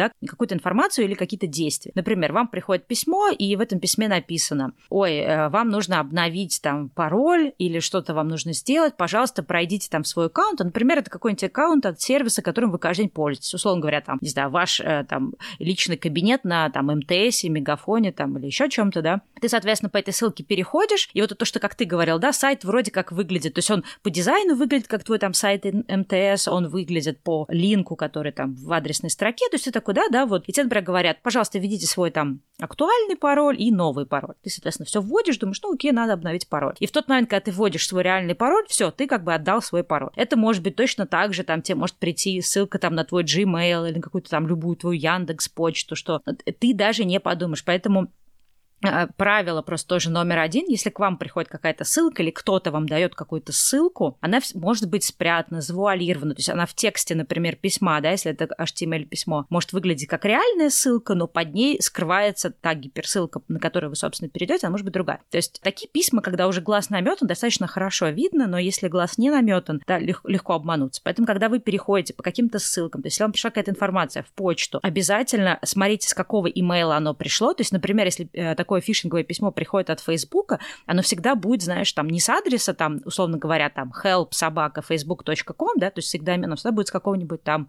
S1: да, какую-то информацию или какие-то действия. Например, вам приходит письмо, и в этом письме написано: ой, вам нужно обновить там пароль или что-то вам нужно сделать, пожалуйста, пройдите там в свой аккаунт. Например, это какой-нибудь аккаунт от сервиса, которым вы каждый день пользуетесь. Условно говоря, там, не знаю, ваш там личный кабинет на там МТС, Мегафоне там или еще чем-то, да. Ты, соответственно, по этой ссылке переходишь, и вот то, что, как ты говорил, да, сайт вроде как выглядит, то есть он по дизайну выглядит как твой там сайт МТС, он выглядит по линку, который там в адресной строке, то есть ты такой, да, вот. И тебе, например, говорят: пожалуйста, введите свой там актуальный пароль и новый пароль. Ты, соответственно, все вводишь, думаешь, ну окей, надо обновить пароль. И в тот момент, когда ты вводишь свой реальный пароль, все, ты как бы отдал свой пароль. Это может быть точно так же, там тебе может прийти ссылка там на твой Gmail или на какую-то там любую твою Яндекс.Почту, что ты даже не подумаешь. Поэтому правило просто тоже номер один: если к вам приходит какая-то ссылка или кто-то вам дает какую-то ссылку, она может быть спрятана, завуалирована, то есть она в тексте, например, письма, да, если это HTML-письмо, может выглядеть как реальная ссылка, но под ней скрывается та гиперссылка, на которую вы, собственно, перейдете, она может быть другая. То есть такие письма, когда уже глаз наметан, достаточно хорошо видно, но если глаз не наметан, да, легко обмануться. Поэтому, когда вы переходите по каким-то ссылкам, то есть если вам пришла какая-то информация в почту, обязательно смотрите, с какого имейла оно пришло. То есть, например, если такое фишинговое письмо приходит от Фейсбука, оно всегда будет, знаешь, там не с адреса, там, условно говоря, там help@facebook.com, да, то есть всегда оно всегда будет с какого-нибудь там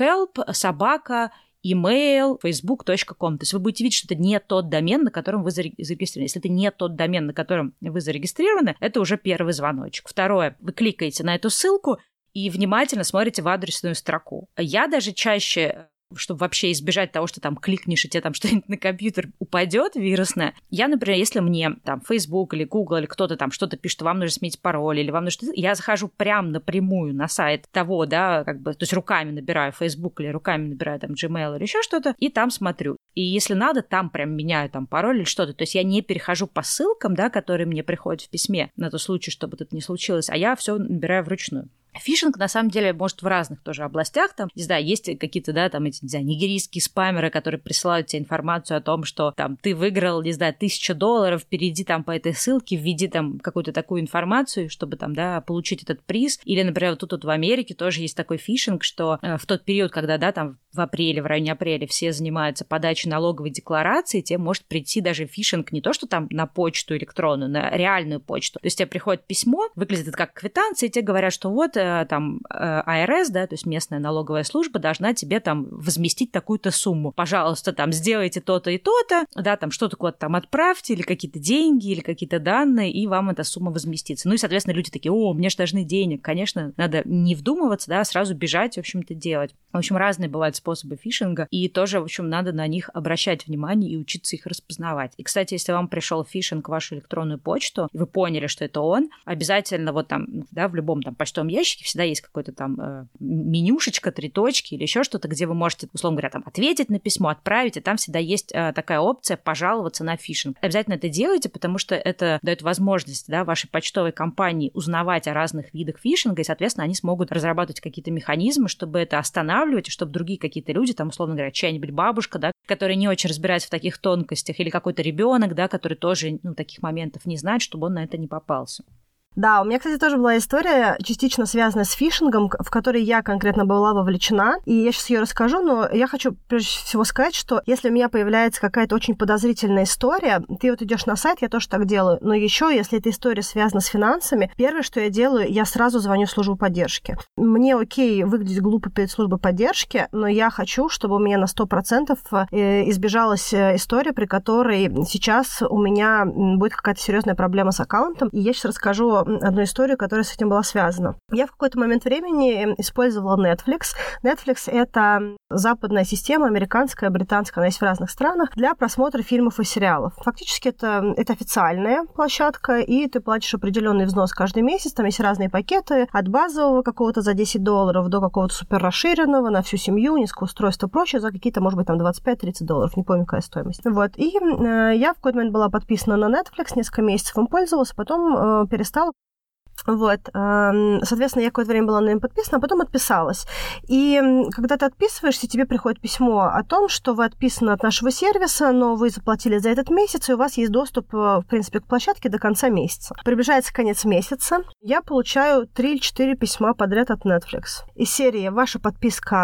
S1: help@email facebook.com. То есть вы будете видеть, что это не тот домен, на котором вы зарегистрированы. Если это не тот домен, на котором вы зарегистрированы, это уже первый звоночек. Второе, вы кликаете на эту ссылку и внимательно смотрите в адресную строку. Я даже чаще, чтобы вообще избежать того, что там кликнешь, и тебе там что-нибудь на компьютер упадет вирусное. Я, например, если мне там Facebook или Google или кто-то там что-то пишет, что вам нужно сменить пароль, или вам нужно... Я захожу прям напрямую на сайт того, да, как бы, то есть руками набираю Facebook или руками набираю там Gmail или еще что-то, и там смотрю. И если надо, там прям меняю там пароль или что-то. То есть я не перехожу по ссылкам, да, которые мне приходят в письме на тот случай, чтобы это не случилось, а я все набираю вручную. Фишинг, на самом деле, может в разных тоже областях. Там, не знаю, есть какие-то, да, там эти, не знаю, нигерийские спамеры, которые присылают тебе информацию о том, что там ты выиграл, не знаю, $1000, перейди там по этой ссылке, введи там какую-то такую информацию, чтобы там, да, получить этот приз. Или, например, вот тут вот в Америке тоже есть такой фишинг, что в тот период, когда, да, там в апреле, в районе апреля все занимаются подачей налоговой декларации, тебе может прийти даже фишинг не то, что там на почту электронную, на реальную почту. То есть тебе приходит письмо, выглядит это как квитанция, и тебе говорят, что вот там АРС, да, то есть местная налоговая служба должна тебе там возместить такую-то сумму. Пожалуйста, там сделайте то-то и то-то, да, там что-то куда-то там отправьте, или какие-то деньги, или какие-то данные, и вам эта сумма возместится. Ну и, соответственно, люди такие: о, мне же должны денег. Конечно, надо не вдумываться, да, сразу бежать, в общем-то, делать. В общем, разные бывают способы фишинга, и тоже, в общем, надо на них обращать внимание и учиться их распознавать. И, кстати, если вам пришел фишинг в вашу электронную почту, и вы поняли, что это он, обязательно вот там, да, в любом там почтовом ящике всегда есть какой-то там менюшечка, 3 точки или еще что-то, где вы можете, условно говоря, там ответить на письмо, отправить, и там всегда есть такая опция пожаловаться на фишинг. Обязательно это делайте, потому что это дает возможность, да, вашей почтовой компании узнавать о разных видах фишинга, и, соответственно, они смогут разрабатывать какие-то механизмы, чтобы это останавливать, и чтобы другие какие-то люди, там, условно говоря, чья-нибудь бабушка, да, которая не очень разбирается в таких тонкостях, или какой-то ребенок, да, который тоже, ну, таких моментов не знает, чтобы он на это не попался.
S2: Да, у меня, кстати, тоже была история, частично связанная с фишингом, в которой я конкретно была вовлечена, и я сейчас ее расскажу, но я хочу прежде всего сказать, что если у меня появляется какая-то очень подозрительная история, ты вот идешь на сайт, я тоже так делаю, но еще, если эта история связана с финансами, первое, что я делаю, я сразу звоню в службу поддержки. Мне окей выглядеть глупо перед службой поддержки, но я хочу, чтобы у меня на 100% избежалась история, при которой сейчас у меня будет какая-то серьезная проблема с аккаунтом, и я сейчас расскажу одну историю, которая с этим была связана. Я в какой-то момент времени использовала Netflix. Netflix — это западная система, американская, британская, она есть в разных странах, для просмотра фильмов и сериалов. Фактически это официальная площадка, и ты платишь определенный взнос каждый месяц. Там есть разные пакеты, от базового какого-то за $10 до какого-то супер расширенного на всю семью, низкое устройство и прочее, за какие-то, может быть, там $25-30, не помню, какая стоимость. Вот. И я в какой-то момент была подписана на Netflix, несколько месяцев им пользовалась, потом перестала. Вот, соответственно, я какое-то время была на нем подписана, а потом отписалась. И когда ты отписываешься, тебе приходит письмо о том, что вы отписаны от нашего сервиса, но вы заплатили за этот месяц, и у вас есть доступ, в принципе, к площадке до конца месяца. Приближается конец месяца, я получаю 3 или 4 письма подряд от Netflix. Из серии: ваша подписка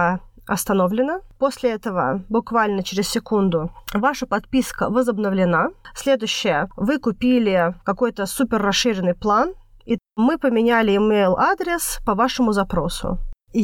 S2: остановлена. После этого, буквально через секунду, ваша подписка возобновлена. Следующее. Вы купили какой-то супер расширенный план, и мы поменяли email-адрес по вашему запросу.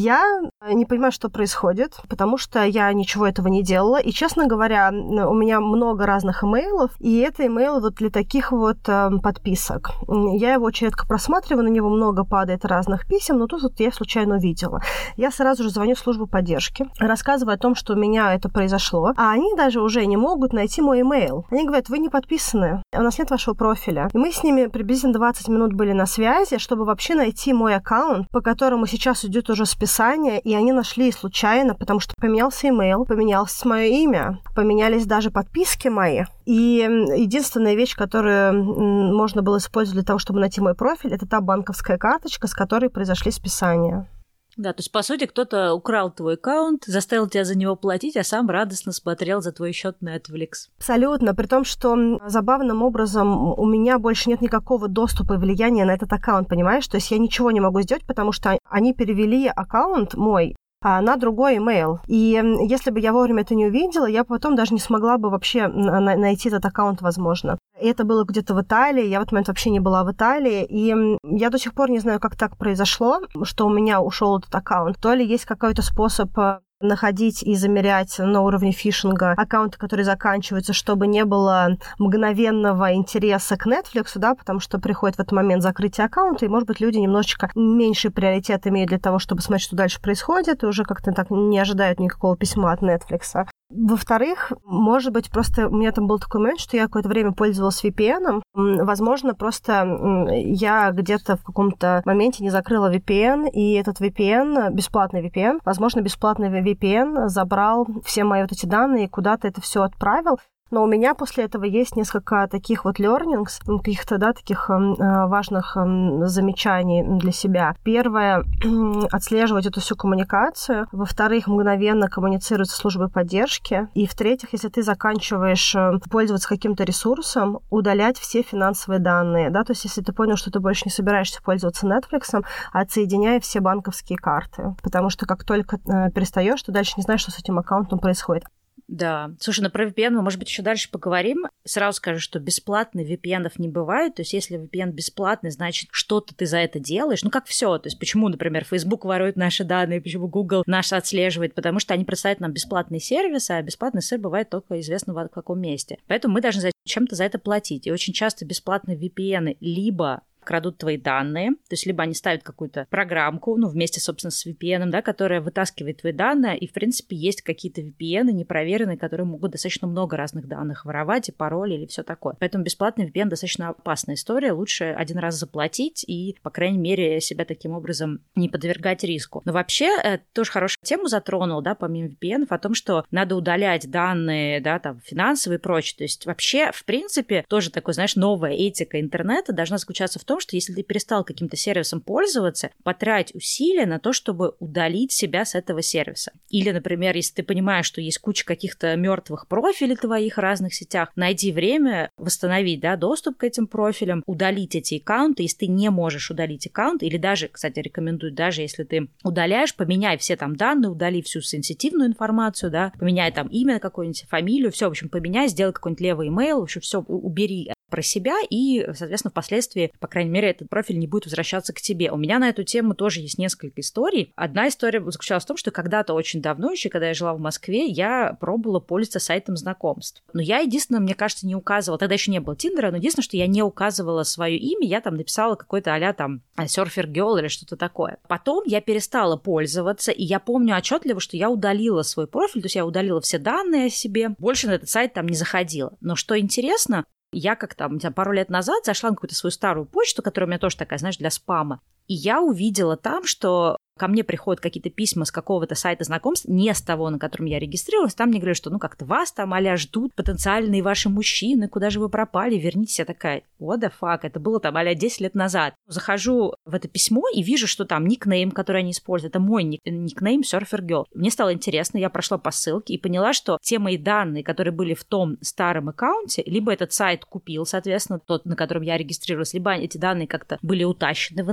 S2: Я не понимаю, что происходит, потому что я ничего этого не делала. И, честно говоря, у меня много разных имейлов, и это имейл вот для таких вот подписок. Я его очень редко просматриваю, на него много падает разных писем, но тут вот я случайно увидела. Я сразу же звоню в службу поддержки, рассказываю о том, что у меня это произошло, а они даже уже не могут найти мой имейл. Они говорят: вы не подписаны, у нас нет вашего профиля. И мы с ними приблизительно 20 минут были на связи, чтобы вообще найти мой аккаунт, по которому сейчас идет уже списание, и они нашли случайно, потому что поменялся имейл, поменялось мое имя, поменялись даже подписки мои. И единственная вещь, которую можно было использовать для того, чтобы найти мой профиль, это та банковская карточка, с которой произошли списания.
S1: Да, то есть, по сути, кто-то украл твой аккаунт, заставил тебя за него платить, а сам радостно смотрел за твой счет Netflix.
S2: Абсолютно, при том, что забавным образом у меня больше нет никакого доступа и влияния на этот аккаунт, понимаешь? То есть я ничего не могу сделать, потому что они перевели аккаунт мой на другой имейл. И если бы я вовремя это не увидела, я потом даже не смогла бы вообще найти этот аккаунт, возможно. И это было где-то в Италии, я в этот момент вообще не была в Италии, и я до сих пор не знаю, как так произошло, что у меня ушел этот аккаунт. То ли есть какой-то способ находить и замерять на уровне фишинга аккаунты, которые заканчиваются, чтобы не было мгновенного интереса к Netflix, да, потому что приходит в этот момент закрытие аккаунта, и, может быть, люди немножечко меньший приоритет имеют для того, чтобы смотреть, что дальше происходит, и уже как-то так не ожидают никакого письма от Netflix. Во-вторых, может быть, просто у меня там был такой момент, что я какое-то время пользовалась VPN. Возможно, просто я где-то в каком-то моменте не закрыла VPN, и этот VPN, бесплатный VPN, возможно, бесплатный VPN забрал все мои вот эти данные и куда-то это все отправил. Но у меня после этого есть несколько таких вот learnings, каких-то, да, таких важных замечаний для себя. Первое — отслеживать эту всю коммуникацию. Во-вторых, мгновенно коммуницировать с службой поддержки. И в-третьих, если ты заканчиваешь пользоваться каким-то ресурсом, удалять все финансовые данные. Да? То есть если ты понял, что ты больше не собираешься пользоваться Netflix, отсоединяй все банковские карты. Потому что как только перестаешь, ты дальше не знаешь, что с этим аккаунтом происходит.
S1: Да. Слушай, про VPN мы, может быть, еще дальше поговорим. Сразу скажу, что бесплатных VPN не бывает. То есть, если VPN бесплатный, значит, что-то ты за это делаешь. Ну, как все. То есть, почему, например, Facebook ворует наши данные, почему Google наши отслеживает? Потому что они представляют нам бесплатный сервис, а бесплатный сервис бывает только известно в каком месте. Поэтому мы должны чем-то за это платить. И очень часто бесплатные VPN либо крадут твои данные, то есть либо они ставят какую-то программку, вместе, собственно, с VPN, да, которая вытаскивает твои данные, и, в принципе, есть какие-то VPN непроверенные, которые могут достаточно много разных данных воровать, и пароли, или все такое. Поэтому бесплатный VPN достаточно опасная история, лучше один раз заплатить и, по крайней мере, себя таким образом не подвергать риску. Но вообще, тоже хорошую тему затронул, да, помимо VPN, о том, что надо удалять данные, да, там, финансовые и прочее. То есть вообще, в принципе, тоже такой, знаешь, новая этика интернета должна заключаться в том, что если ты перестал каким-то сервисом пользоваться, потрать усилия на то, чтобы удалить себя с этого сервиса. Или, например, если ты понимаешь, что есть куча каких-то мертвых профилей твоих в разных сетях, найди время восстановить, да, доступ к этим профилям, удалить эти аккаунты. Если ты не можешь удалить аккаунт, или даже, кстати, рекомендую, даже если ты удаляешь, поменяй все там данные, удали всю сенситивную информацию, да, поменяй там имя какое-нибудь, фамилию, все, в общем, поменяй, сделай какой-нибудь левый имейл, в общем, все убери про себя, и, соответственно, впоследствии, по крайней мере, этот профиль не будет возвращаться к тебе. У меня на эту тему тоже есть несколько историй. Одна история заключалась в том, что когда-то очень давно, еще когда я жила в Москве, я пробовала пользоваться сайтом знакомств. Но я, единственное, мне кажется, не указывала, тогда еще не было Тиндера, но единственное, что я не указывала свое имя, я там написала какой-то а-ля там Surfer Girl или что-то такое. Потом я перестала пользоваться, и я помню отчетливо, что я удалила свой профиль, то есть я удалила все данные о себе, больше на этот сайт там не заходила. Но что интересно, я пару лет назад зашла на какую-то свою старую почту, которая у меня тоже такая, знаешь, для спама, и я увидела там, что ко мне приходят какие-то письма с какого-то сайта знакомств, не с того, на котором я регистрировалась, там мне говорят, что как-то вас там а-ля ждут потенциальные ваши мужчины, куда же вы пропали, вернитесь. Я такая, what the fuck, это было там а-ля 10 лет назад. Захожу в это письмо и вижу, что там никнейм, который они используют, это мой никнейм Surfer Girl. Мне стало интересно, я прошла по ссылке и поняла, что те мои данные, которые были в том старом аккаунте, либо этот сайт купил, соответственно, тот, на котором я регистрировалась, либо эти данные как-то были утащены в интернет,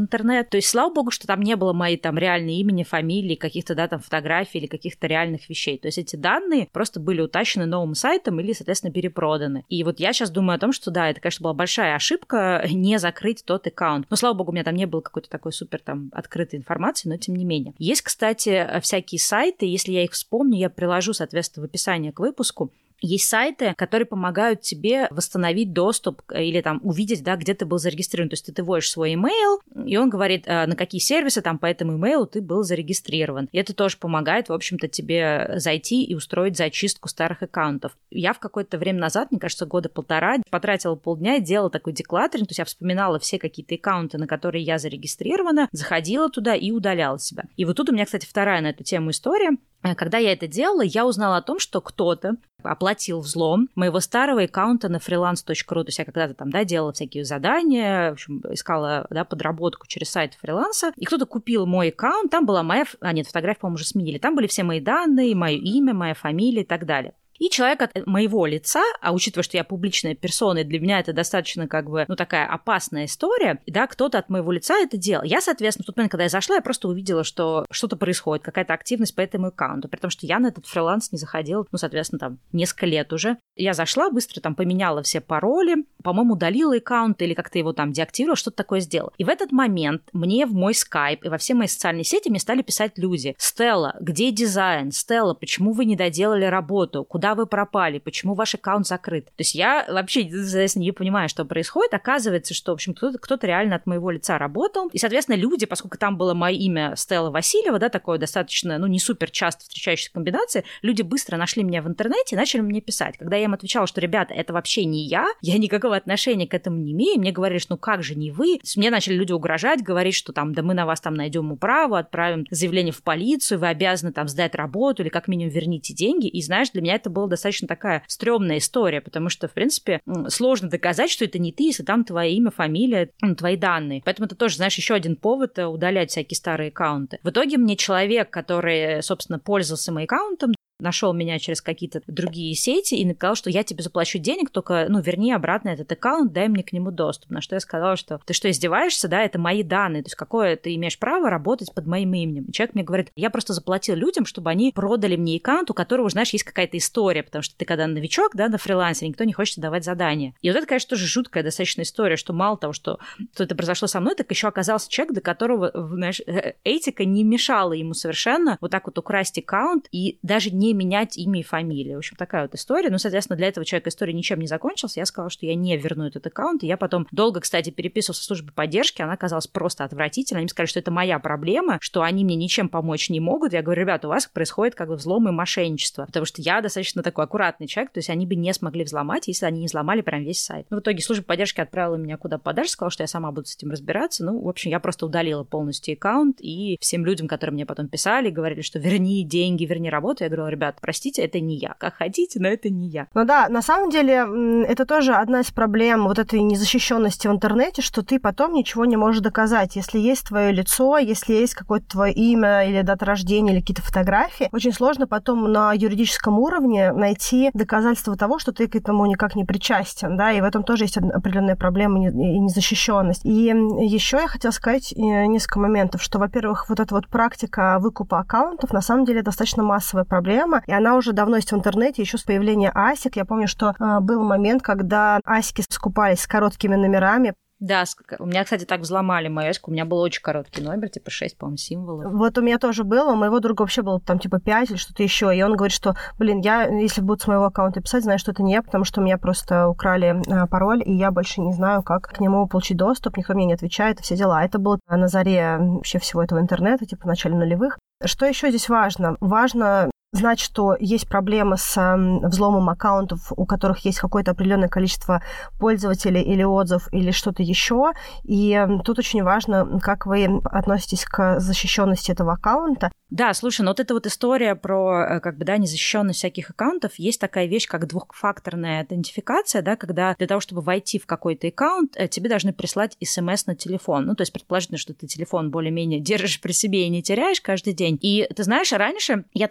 S1: То есть, слава богу, что там не было моей там реальной имени, фамилии, каких-то, да, там фотографий или каких-то реальных вещей. То есть эти данные просто были утащены новым сайтом или, соответственно, перепроданы. И вот я сейчас думаю о том, что да, это, конечно, была большая ошибка не закрыть тот аккаунт. Но, слава богу, у меня там не было какой-то такой супер там открытой информации, но тем не менее. Есть, кстати, всякие сайты, если я их вспомню, я приложу, соответственно, в описании к выпуску. Есть сайты, которые помогают тебе восстановить доступ или там увидеть, да, где ты был зарегистрирован. То есть ты вводишь свой имейл, и он говорит, на какие сервисы там по этому имейлу ты был зарегистрирован. И это тоже помогает, в общем-то, тебе зайти и устроить зачистку старых аккаунтов. Я в какое-то время назад, мне кажется, года полтора, потратила полдня и делала такой деклаторинг. То есть я вспоминала все какие-то аккаунты, на которые я зарегистрирована, заходила туда и удаляла себя. И вот тут у меня, кстати, вторая на эту тему история. Когда я это делала, я узнала о том, что кто-то оплатил взлом моего старого аккаунта на freelance.ru. То есть я когда-то там, да, делала всякие задания, в общем, искала, да, подработку через сайт фриланса, и кто-то купил мой аккаунт, там была моя... фотографию, по-моему, уже сменили. Там были все мои данные, мое имя, моя фамилия и так далее. И человек от моего лица, а учитывая, что я публичная персона, и для меня это достаточно как бы, ну, такая опасная история, да, кто-то от моего лица это делал. Я, соответственно, в тот момент, когда я зашла, я просто увидела, что что-то происходит, какая-то активность по этому аккаунту, при том, что я на этот фриланс не заходила, ну, соответственно, там, несколько лет уже. Я зашла, быстро там поменяла все пароли, по-моему, удалила аккаунт или как-то его там деактивировала, что-то такое сделала. И в этот момент мне в мой скайп и во все мои социальные сети мне стали писать люди: «Стелла, где дизайн? Стелла, почему вы не доделали работу? Куда вы пропали? Почему ваш аккаунт закрыт?» То есть я вообще, соответственно, не понимаю, что происходит. Оказывается, что, в общем, кто-то реально от моего лица работал. И, соответственно, люди, поскольку там было мое имя Стелла Васильева, да, такое достаточно, ну, не супер часто встречающаяся комбинация, люди быстро нашли меня в интернете и начали мне писать. Когда я им отвечала, что, ребята, это вообще не я никакого отношения к этому не имею, мне говорили, что ну как же не вы? Мне начали люди угрожать, говорить, что там, да мы на вас там найдем управу, отправим заявление в полицию, вы обязаны там сдать работу или как минимум верните деньги. И знаешь, для меня это было достаточно такая стрёмная история, потому что, в принципе, сложно доказать, что это не ты, если там твое имя, фамилия, твои данные. Поэтому это тоже, знаешь, еще один повод удалять всякие старые аккаунты. В итоге мне человек, который, собственно, пользовался моим аккаунтом, нашел меня через какие-то другие сети и написал, что я тебе заплачу денег, только, ну, верни обратно этот аккаунт, дай мне к нему доступ. На что я сказала, что ты что, издеваешься, да, это мои данные, то есть какое ты имеешь право работать под моим именем. И человек мне говорит, я просто заплатил людям, чтобы они продали мне аккаунт, у которого, знаешь, есть какая-то история, потому что ты когда новичок, да, на фрилансе, никто не хочет давать задания. И вот это, конечно, тоже жуткая достаточно история, что мало того, что это произошло со мной, так еще оказался человек, до которого, знаешь, этика не мешала ему совершенно вот так вот украсть аккаунт и даже не менять имя и фамилию. В общем, такая вот история. Ну, соответственно, для этого человека история ничем не закончилась. Я сказала, что я не верну этот аккаунт. И я потом долго, кстати, переписывалась в службе поддержки. Она оказалась просто отвратительной. Они сказали, что это моя проблема, что они мне ничем помочь не могут. Я говорю, ребята, у вас происходит как бы взлом и мошенничество. Потому что я достаточно такой аккуратный человек, то есть они бы не смогли взломать, если они не взломали прям весь сайт. Ну, в итоге служба поддержки отправила меня куда подальше, сказала, что я сама буду с этим разбираться. Ну, в общем, я просто удалила полностью аккаунт. И всем людям, которые мне потом писали, говорили, что верни деньги, верни работу, я говорила, ребят, простите, это не я. Как хотите, но это не я.
S2: Ну да, на самом деле, это тоже одна из проблем вот этой незащищенности в интернете, что ты потом ничего не можешь доказать. Если есть твое лицо, если есть какое-то твое имя или дата рождения, или какие-то фотографии, очень сложно потом на юридическом уровне найти доказательства того, что ты к этому никак не причастен, да, и в этом тоже есть определенная проблема и незащищенность. И еще я хотела сказать несколько моментов, что, во-первых, вот эта вот практика выкупа аккаунтов на самом деле достаточно массовая проблема, и она уже давно есть в интернете, еще с появления асик. Я помню, что был момент, когда асики скупались с короткими номерами.
S1: Да, у меня, кстати, так взломали мою асику, у меня был очень короткий номер, типа 6, по-моему, символов.
S2: Вот у меня тоже было, у моего друга вообще было там типа 5 или что-то еще, и он говорит, что, я, если будут с моего аккаунта писать, знаю, что это не я, потому что у меня просто украли пароль, и я больше не знаю, как к нему получить доступ, никто мне не отвечает, и все дела. Это было на заре вообще всего этого интернета, типа в начале нулевых. Что еще здесь важно? Важно знать, что есть проблемы с взломом аккаунтов, у которых есть какое-то определенное количество пользователей или отзывов, или что-то еще. И тут очень важно, как вы относитесь к защищенности этого аккаунта.
S1: Да, слушай, ну вот эта вот история про, как бы, да, незащищенность всяких аккаунтов, есть такая вещь, как двухфакторная аутентификация, да, когда для того, чтобы войти в какой-то аккаунт, тебе должны прислать СМС на телефон. Ну, то есть предположительно, что ты телефон более-менее держишь при себе и не теряешь каждый день. И ты знаешь, раньше я так к этому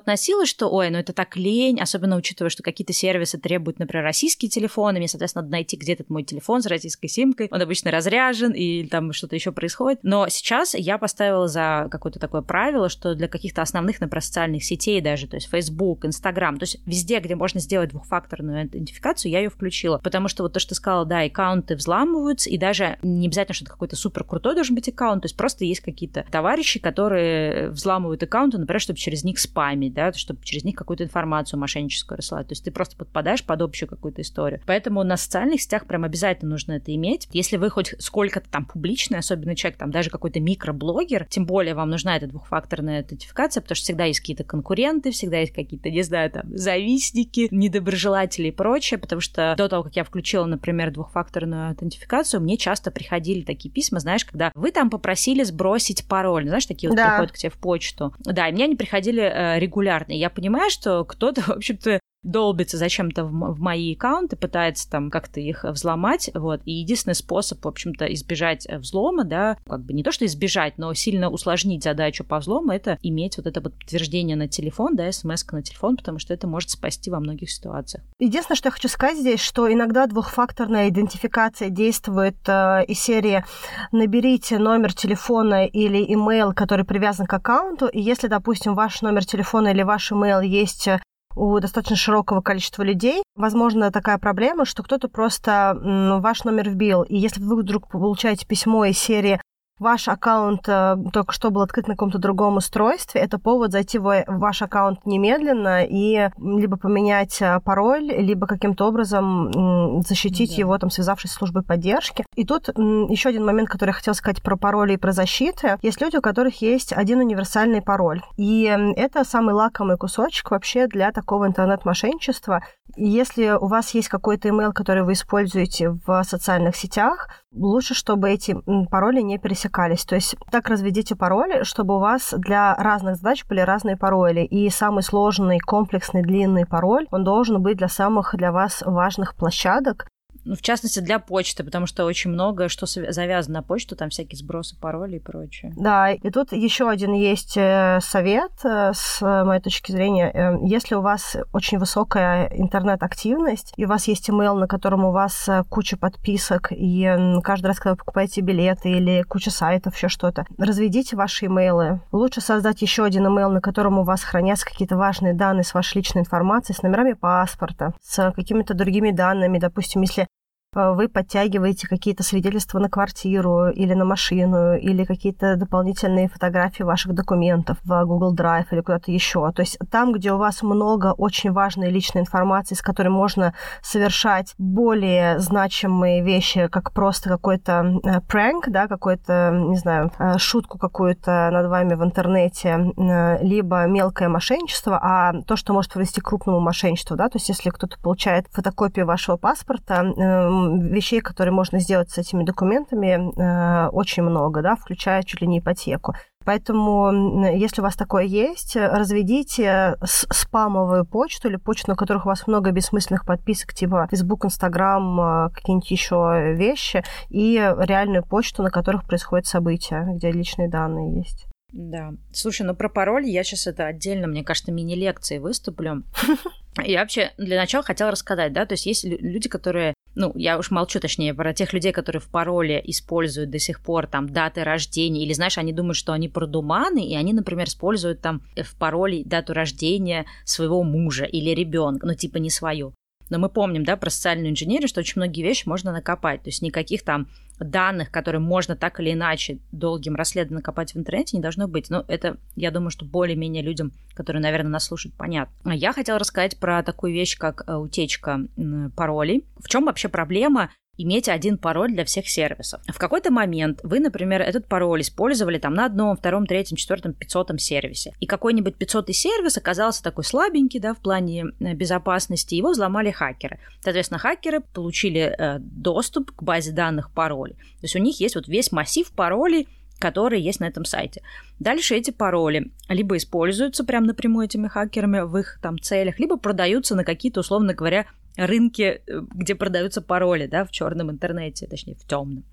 S1: относилась, что, ой, ну это так лень, особенно учитывая, что какие-то сервисы требуют, например, российские телефоны, мне, соответственно, надо найти, где этот мой телефон с российской симкой, он обычно разряжен, и там что-то еще происходит. Но сейчас я поставила за какое-то такое правило, что для каких-то основных, например, социальных сетей даже, то есть Facebook, Instagram, то есть везде, где можно сделать двухфакторную идентификацию, я ее включила. Потому что вот то, что ты сказала, да, аккаунты взламываются, и даже не обязательно, что это какой-то супер крутой должен быть аккаунт, то есть просто есть какие-то товарищи, которые взламывают аккаунты, например, чтобы через них спамить, да, чтобы через них какую-то информацию мошенническую рассылать. То есть ты просто подпадаешь под общую какую-то историю. Поэтому на социальных сетях прям обязательно нужно это иметь. Если вы хоть сколько-то там публичный, особенно человек, там даже какой-то микроблогер, тем более вам нужна эта двухфакторная идентификация, потому что всегда есть какие-то конкуренты, всегда есть какие-то, не знаю, там, завистники, недоброжелатели и прочее, потому что до того, как я включила, например, двухфакторную аутентификацию, мне часто приходили такие письма, знаешь, когда вы там попросили сбросить пароль, знаешь, такие вот приходят к тебе в почту. Да, и мне они приходили регулярно. И я понимаю, что кто-то, в общем-то, долбится зачем-то в мои аккаунты, пытается там как-то их взломать, вот, и единственный способ, в общем-то, избежать взлома, да, как бы не то, что избежать, но сильно усложнить задачу по взлому, это иметь вот это вот подтверждение на телефон, да, смс-ка на телефон, потому что это может спасти во многих ситуациях.
S2: Единственное, что я хочу сказать здесь, что иногда двухфакторная идентификация действует из серии «наберите номер телефона или имейл, который привязан к аккаунту», и если, допустим, ваш номер телефона или ваш имейл есть у достаточно широкого количества людей, возможно, такая проблема, что кто-то просто ваш номер вбил. И если вы вдруг получаете письмо из серии «Ваш аккаунт только что был открыт на каком-то другом устройстве», это повод зайти в ваш аккаунт немедленно и либо поменять пароль, либо каким-то образом защитить его, там, связавшись с службой поддержки. И тут еще один момент, который я хотела сказать про пароли и про защиты. Есть люди, у которых есть один универсальный пароль. И это самый лакомый кусочек вообще для такого интернет-мошенничества. И если у вас есть какой-то email, который вы используете в социальных сетях, лучше, чтобы эти пароли не пересекались. То есть так разведите пароли, чтобы у вас для разных задач были разные пароли. И самый сложный, комплексный, длинный пароль, он должен быть для самых для вас важных площадок.
S1: Ну, в частности, для почты, потому что очень много что завязано на почту, там всякие сбросы паролей и прочее.
S2: Да, и тут еще один есть совет, с моей точки зрения. Если у вас очень высокая интернет-активность, и у вас есть email, на котором у вас куча подписок, и каждый раз, когда вы покупаете билеты или куча сайтов, еще что-то, разведите ваши имейлы. Лучше создать еще один email, на котором у вас хранятся какие-то важные данные с вашей личной информацией, с номерами паспорта, с какими-то другими данными. Допустим, если вы подтягиваете какие-то свидетельства на квартиру или на машину, или какие-то дополнительные фотографии ваших документов в Google Drive или куда-то еще. То есть там, где у вас много очень важной личной информации, с которой можно совершать более значимые вещи, как просто какой-то prank, да, какой-то, не знаю, шутку какую-то над вами в интернете, либо мелкое мошенничество, а то, что может привести к крупному мошенничеству, да, то есть если кто-то получает фотокопию вашего паспорта, вещей, которые можно сделать с этими документами, очень много, да, включая чуть ли не ипотеку. Поэтому, если у вас такое есть, разведите спамовую почту или почту, на которых у вас много бессмысленных подписок, типа Facebook, Instagram, какие-нибудь еще вещи, и реальную почту, на которых происходят события, где личные данные есть.
S1: Да. Слушай, ну про пароль я сейчас это отдельно, мне кажется, мини-лекции выступлю. Я вообще для начала хотела рассказать, да, то есть есть люди, которые, ну, я уж молчу, точнее, про тех людей, которые в пароле используют до сих пор там даты рождения, или, знаешь, они думают, что они продуманы, и они, например, используют там в пароле дату рождения своего мужа или ребенка, ну, типа не свою. Но мы помним, да, про социальную инженерию, что очень многие вещи можно накопать, то есть никаких там данных, которые можно так или иначе долгим расследованием накопать в интернете, не должно быть. Но это, я думаю, что более-менее людям, которые, наверное, нас слушают, понятно. Я хотела рассказать про такую вещь, как утечка паролей. В чем вообще проблема иметь один пароль для всех сервисов? В какой-то момент вы, например, этот пароль использовали там на 1, 2, 3, 4, 500 сервисе. И какой-нибудь 500-й сервис оказался такой слабенький, да, в плане безопасности, его взломали хакеры. Соответственно, хакеры получили доступ к базе данных паролей. То есть у них есть вот весь массив паролей, которые есть на этом сайте. Дальше эти пароли либо используются прямо напрямую этими хакерами в их там целях, либо продаются на какие-то, условно говоря, рынки, где продаются пароли, да, в черном интернете, точнее, в темном.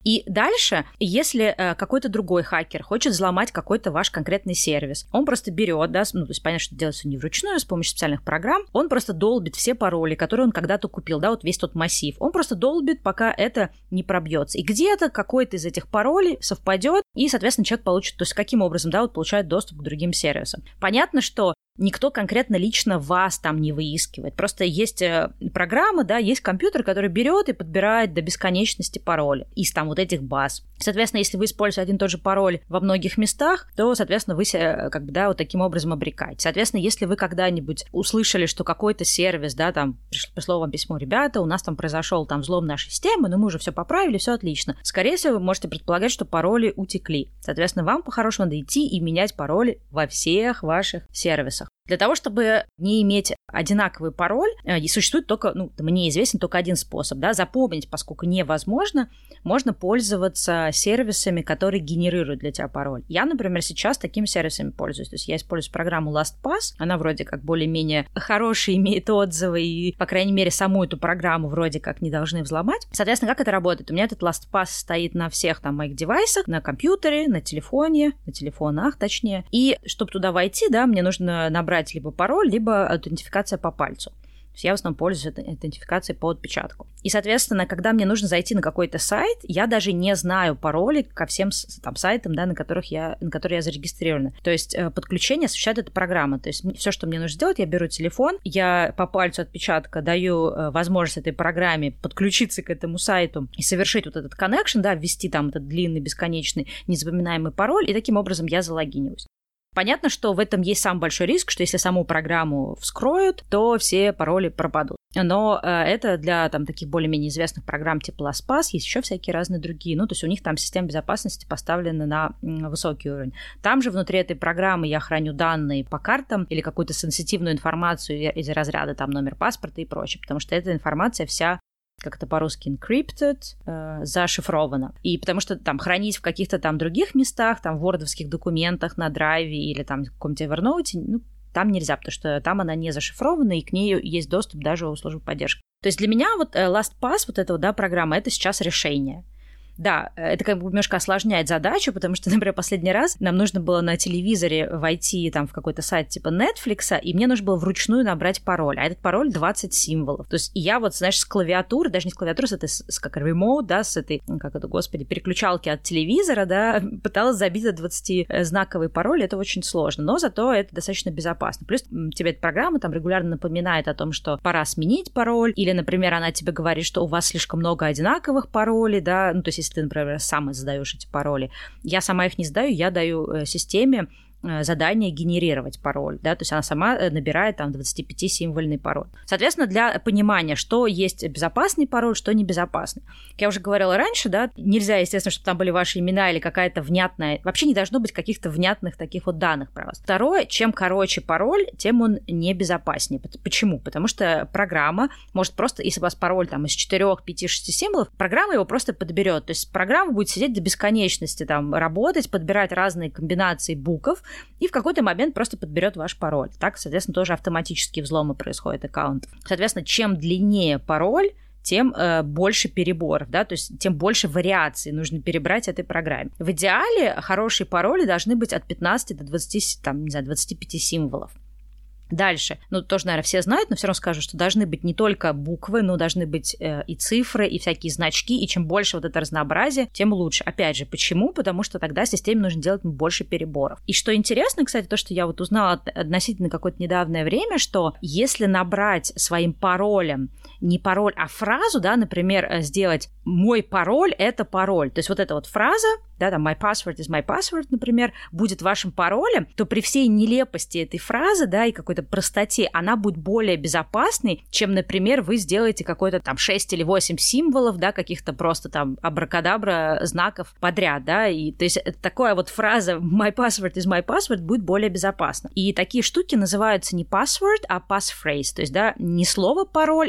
S1: И дальше, если какой-то другой хакер хочет взломать какой-то ваш конкретный сервис, он просто берет, да, ну, то есть понятно, что делается не вручную, с помощью специальных программ, он просто долбит все пароли, которые он когда-то купил, да, вот весь тот массив. Он просто долбит, пока это не пробьется. И где-то какой-то из этих паролей совпадет, и, соответственно, человек получит, то есть каким образом, да, вот получает доступ к другим сервисам. Понятно, что никто конкретно лично вас там не выискивает. Просто есть программа, да, есть компьютер, который берет и подбирает до бесконечности пароли из там вот этих баз. Соответственно, если вы используете один и тот же пароль во многих местах, то, соответственно, вы себя как бы, да, вот таким образом обрекаете. Соответственно, если вы когда-нибудь услышали, что какой-то сервис, да, там пришло вам письмо: ребята, у нас там произошел там взлом нашей системы, но мы уже все поправили, все отлично. Скорее всего, вы можете предполагать, что пароли утекли. Соответственно, вам по-хорошему надо идти и менять пароли во всех ваших сервисах. Для того, чтобы не иметь одинаковый пароль, существует только, ну, мне известен только один способ, да, запомнить, поскольку невозможно, можно пользоваться сервисами, которые генерируют для тебя пароль. Я, например, сейчас такими сервисами пользуюсь, то есть я использую программу LastPass, она вроде как более-менее хорошая, имеет отзывы, и, по крайней мере, саму эту программу вроде как не должны взломать. Соответственно, как это работает? У меня этот LastPass стоит на всех там моих девайсах, на компьютере, на телефоне, на телефонах, точнее, и чтобы туда войти, да, мне нужно набрать либо пароль, либо аутентификация по пальцу. То есть я в основном пользуюсь аутентификацией по отпечатку. И, соответственно, когда мне нужно зайти на какой-то сайт, я даже не знаю пароли ко всем там сайтам, да, на которые я зарегистрирована. То есть подключение осуществляет эта программа. То есть все, что мне нужно сделать, я беру телефон, я по пальцу отпечатка даю возможность этой программе подключиться к этому сайту и совершить вот этот connection, да, ввести там этот длинный, бесконечный, незапоминаемый пароль, и таким образом я залогиниваюсь. Понятно, что в этом есть самый большой риск, что если саму программу вскроют, то все пароли пропадут. Но это для там таких более-менее известных программ типа LastPass, есть еще всякие разные другие. Ну, то есть у них там система безопасности поставлена на высокий уровень. Там же внутри этой программы я храню данные по картам или какую-то сенситивную информацию из разряда там номер паспорта и прочее, потому что эта информация вся, как это по-русски, encrypted, зашифровано. И потому что там хранить в каких-то там других местах, там в вордовских документах на драйве или там в каком-то Evernote, ну, там нельзя, потому что там она не зашифрована, и к ней есть доступ даже у службы поддержки. То есть для меня вот LastPass, вот эта вот, да, программа, это сейчас решение. Да, это как бы немножко осложняет задачу, потому что, например, последний раз нам нужно было на телевизоре войти там в какой-то сайт типа Netflix, и мне нужно было вручную набрать пароль, а этот пароль 20 символов. То есть я вот, знаешь, с клавиатуры, даже не с клавиатуры, как remote, да, с этой, как это, господи, переключалки от телевизора, да, пыталась забить этот 20-знаковый пароль, это очень сложно, но зато это достаточно безопасно. Плюс тебе эта программа там регулярно напоминает о том, что пора сменить пароль, или, например, она тебе говорит, что у вас слишком много одинаковых паролей, да, ну, то есть если ты, например, сам задаешь эти пароли. Я сама их не сдаю, я даю системе задание генерировать пароль, да, то есть она сама набирает там 25-символьный пароль. Соответственно, для понимания, что есть безопасный пароль, что небезопасный. Как я уже говорила раньше, да, нельзя, естественно, чтобы там были ваши имена или какая-то внятная, вообще не должно быть каких-то внятных таких вот данных про вас. Второе, чем короче пароль, тем он небезопаснее. Почему? Потому что программа может просто, если у вас пароль там из 4, 5, 6 символов, программа его просто подберет. То есть программа будет сидеть до бесконечности, там, работать, подбирать разные комбинации букв, и в какой-то момент просто подберет ваш пароль. Так, соответственно, тоже автоматические взломы происходят аккаунтов. Соответственно, чем длиннее пароль, тем больше переборов, да, то есть тем больше вариаций нужно перебрать этой программе. В идеале хорошие пароли должны быть от 15 до 20, там, не знаю, 25 символов. Дальше, ну, тоже, наверное, все знают, но все равно скажу, что должны быть не только буквы, но должны быть и цифры, и всякие значки, и чем больше вот это разнообразие, тем лучше. Опять же, почему? Потому что тогда системе нужно делать больше переборов. И что интересно, кстати, то, что я вот узнала относительно какое-то недавнее время, что если набрать своим паролем не пароль, а фразу, да, например, сделать «мой пароль – это пароль», то есть вот эта вот фраза, да, там «my password is my password», например, будет вашим паролем, то при всей нелепости этой фразы, да, и какой-то простоте, она будет более безопасной, чем, например, вы сделаете какой-то там 6 или 8 символов, да, каких-то просто там абракадабра знаков подряд, да, и то есть такая вот фраза «my password is my password» будет более безопасна. И такие штуки называются не password, а passphrase, то есть, да, не слово пароль, а фраза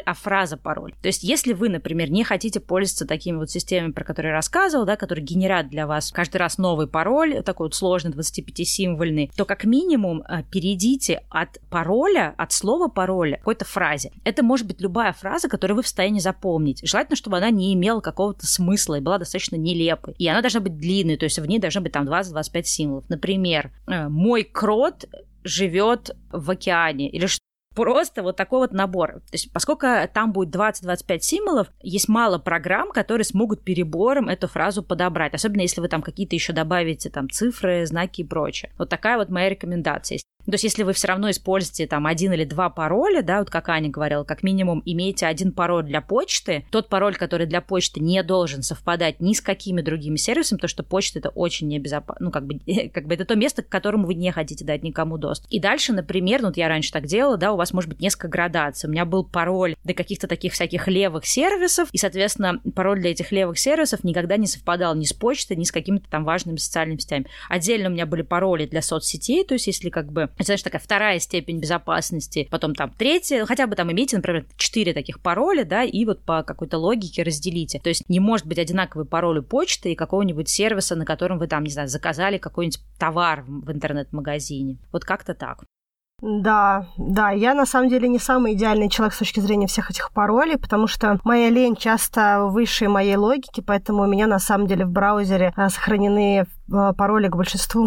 S1: фраза пароль. То есть если вы, например, не хотите пользоваться такими вот системами, про которые я рассказывала, да, которые генерят для вас каждый раз новый пароль, такой вот сложный 25-символьный, то как минимум перейдите от пароля, от слова пароля к какой-то фразе. Это может быть любая фраза, которую вы в состоянии запомнить. Желательно, чтобы она не имела какого-то смысла и была достаточно нелепой. И она должна быть длинной, то есть в ней должно быть там 20-25 символов. Например, «Мой крот живет в океане» или что. Просто вот такой вот набор. То есть, поскольку там будет 20-25 символов, есть мало программ, которые смогут перебором эту фразу подобрать. Особенно, если вы там какие-то еще добавите там цифры, знаки и прочее. Вот такая вот моя рекомендация. То есть, если вы все равно используете там 1 или 2 пароля, да, вот как Аня говорила, как минимум имейте 1 пароль для почты, тот пароль, который для почты не должен совпадать ни с какими другими сервисами, потому что почта — это очень небезопасно, ну, как бы это то место, к которому вы не хотите дать никому доступ. И дальше, например, ну, вот я раньше так делала, да, у вас может быть несколько градаций. У меня был пароль для каких-то таких всяких левых сервисов, и, соответственно, пароль для этих левых сервисов никогда не совпадал ни с почтой, ни с какими-то там важными социальными сетями. Отдельно у меня были пароли для соцсетей, то есть если как бы, это, знаешь, такая вторая степень безопасности, потом там третья, хотя бы там имейте, например, 4 таких пароля, да, и вот по какой-то логике разделите. То есть не может быть одинаковый пароль у почты и какого-нибудь сервиса, на котором вы там, не знаю, заказали какой-нибудь товар в интернет-магазине. Вот как-то так.
S2: Да, я на самом деле не самый идеальный человек с точки зрения всех этих паролей, потому что моя лень часто выше моей логики, поэтому у меня на самом деле в браузере сохранены пароли к большинству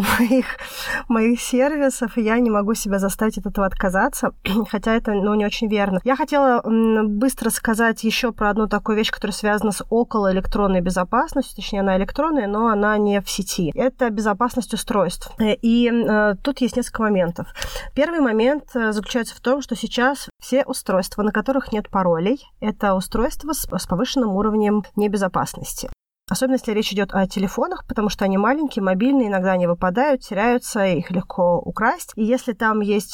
S2: моих сервисов, и я не могу себя заставить от этого отказаться, хотя это, не очень верно. Я хотела быстро сказать еще про одну такую вещь, которая связана с околоэлектронной безопасностью, точнее, она электронная, но она не в сети. Это безопасность устройств. И тут есть несколько моментов. Первый момент заключается в том, что сейчас все устройства, на которых нет паролей, это устройства с повышенным уровнем небезопасности. Особенно, если речь идет о телефонах, потому что они маленькие, мобильные, иногда они выпадают, теряются, их легко украсть. И если там есть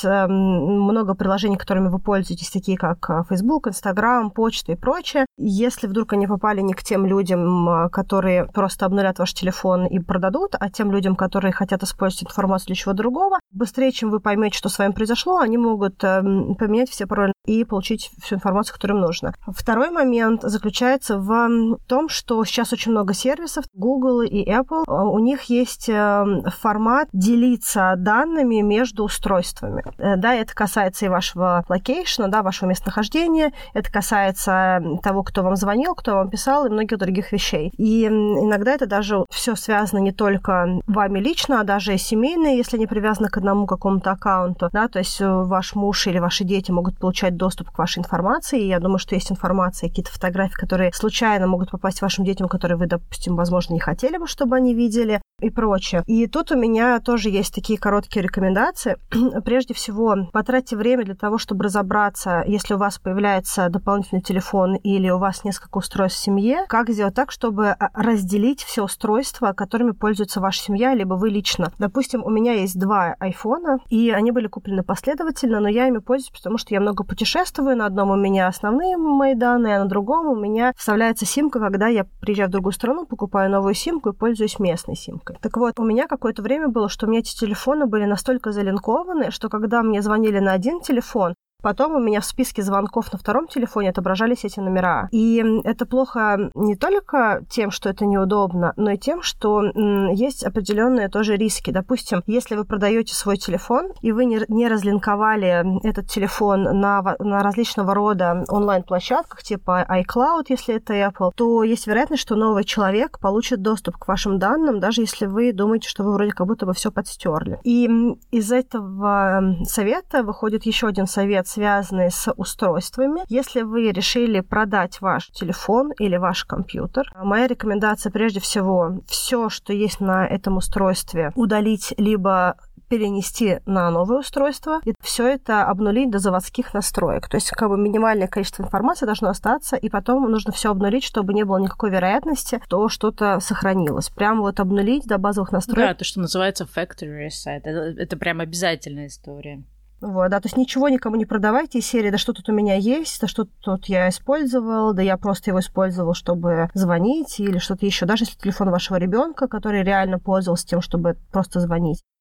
S2: много приложений, которыми вы пользуетесь, такие как Facebook, Instagram, почта и прочее, если вдруг они попали не к тем людям, которые просто обнулят ваш телефон и продадут, а тем людям, которые хотят использовать информацию для чего другого, быстрее, чем вы поймете, что с вами произошло, они могут поменять все пароли и получить всю информацию, которую им нужно. Второй момент заключается в том, что сейчас очень много сервисов, Google и Apple, у них есть формат делиться данными между устройствами. Да, это касается и вашего локейшна, да, вашего местонахождения, это касается того, кто вам звонил, кто вам писал и многих других вещей. И иногда это даже все связано не только вами лично, а даже и семейно, если не привязано к одному какому-то аккаунту, да, то есть ваш муж или ваши дети могут получать доступ к вашей информации, и я думаю, что есть информация, какие-то фотографии, которые случайно могут попасть вашим детям, которые вы, допустим, возможно, не хотели бы, чтобы они видели, и прочее. И тут у меня тоже есть такие короткие рекомендации. Прежде всего, потратьте время для того, чтобы разобраться, если у вас появляется дополнительный телефон или у вас несколько устройств в семье, как сделать так, чтобы разделить все устройства, которыми пользуется ваша семья, либо вы лично. Допустим, у меня есть 2 айфона, и они были куплены последовательно, но я ими пользуюсь, потому что я много путешествую. На одном у меня основные мои данные, а на другом у меня вставляется симка, когда я приезжаю в другую страну, покупаю новую симку и пользуюсь местной симкой. Так вот, у меня какое-то время было, что у меня эти телефоны были настолько залинкованы, что когда мне звонили на один телефон, потом у меня в списке звонков на втором телефоне отображались эти номера. И это плохо не только тем, что это неудобно, но и тем, что есть определенные тоже риски. Допустим, если вы продаете свой телефон, и вы не разлинковали этот телефон на различного рода онлайн-площадках, типа iCloud, если это Apple, то есть вероятность, что новый человек получит доступ к вашим данным, даже если вы думаете, что вы вроде как будто бы все подстерли. И из этого совета выходит еще один совет, связанные с устройствами. Если вы решили продать ваш телефон или ваш компьютер, моя рекомендация прежде всего все, что есть на этом устройстве, удалить либо перенести на новое устройство, и все это обнулить до заводских настроек. То есть как бы минимальное количество информации должно остаться, и потом нужно все обнулить, чтобы не было никакой вероятности, что что-то сохранилось. Прям вот обнулить до базовых настроек.
S1: Да, то, что называется factory reset. Это прям обязательная история.
S2: Вот, да, то есть ничего никому не продавайте из серии, да что тут у меня есть, да что тут я использовал, да я просто его использовал, чтобы звонить или что-то еще. Даже если телефон вашего ребенка, который реально пользовался тем, чтобы просто звонить.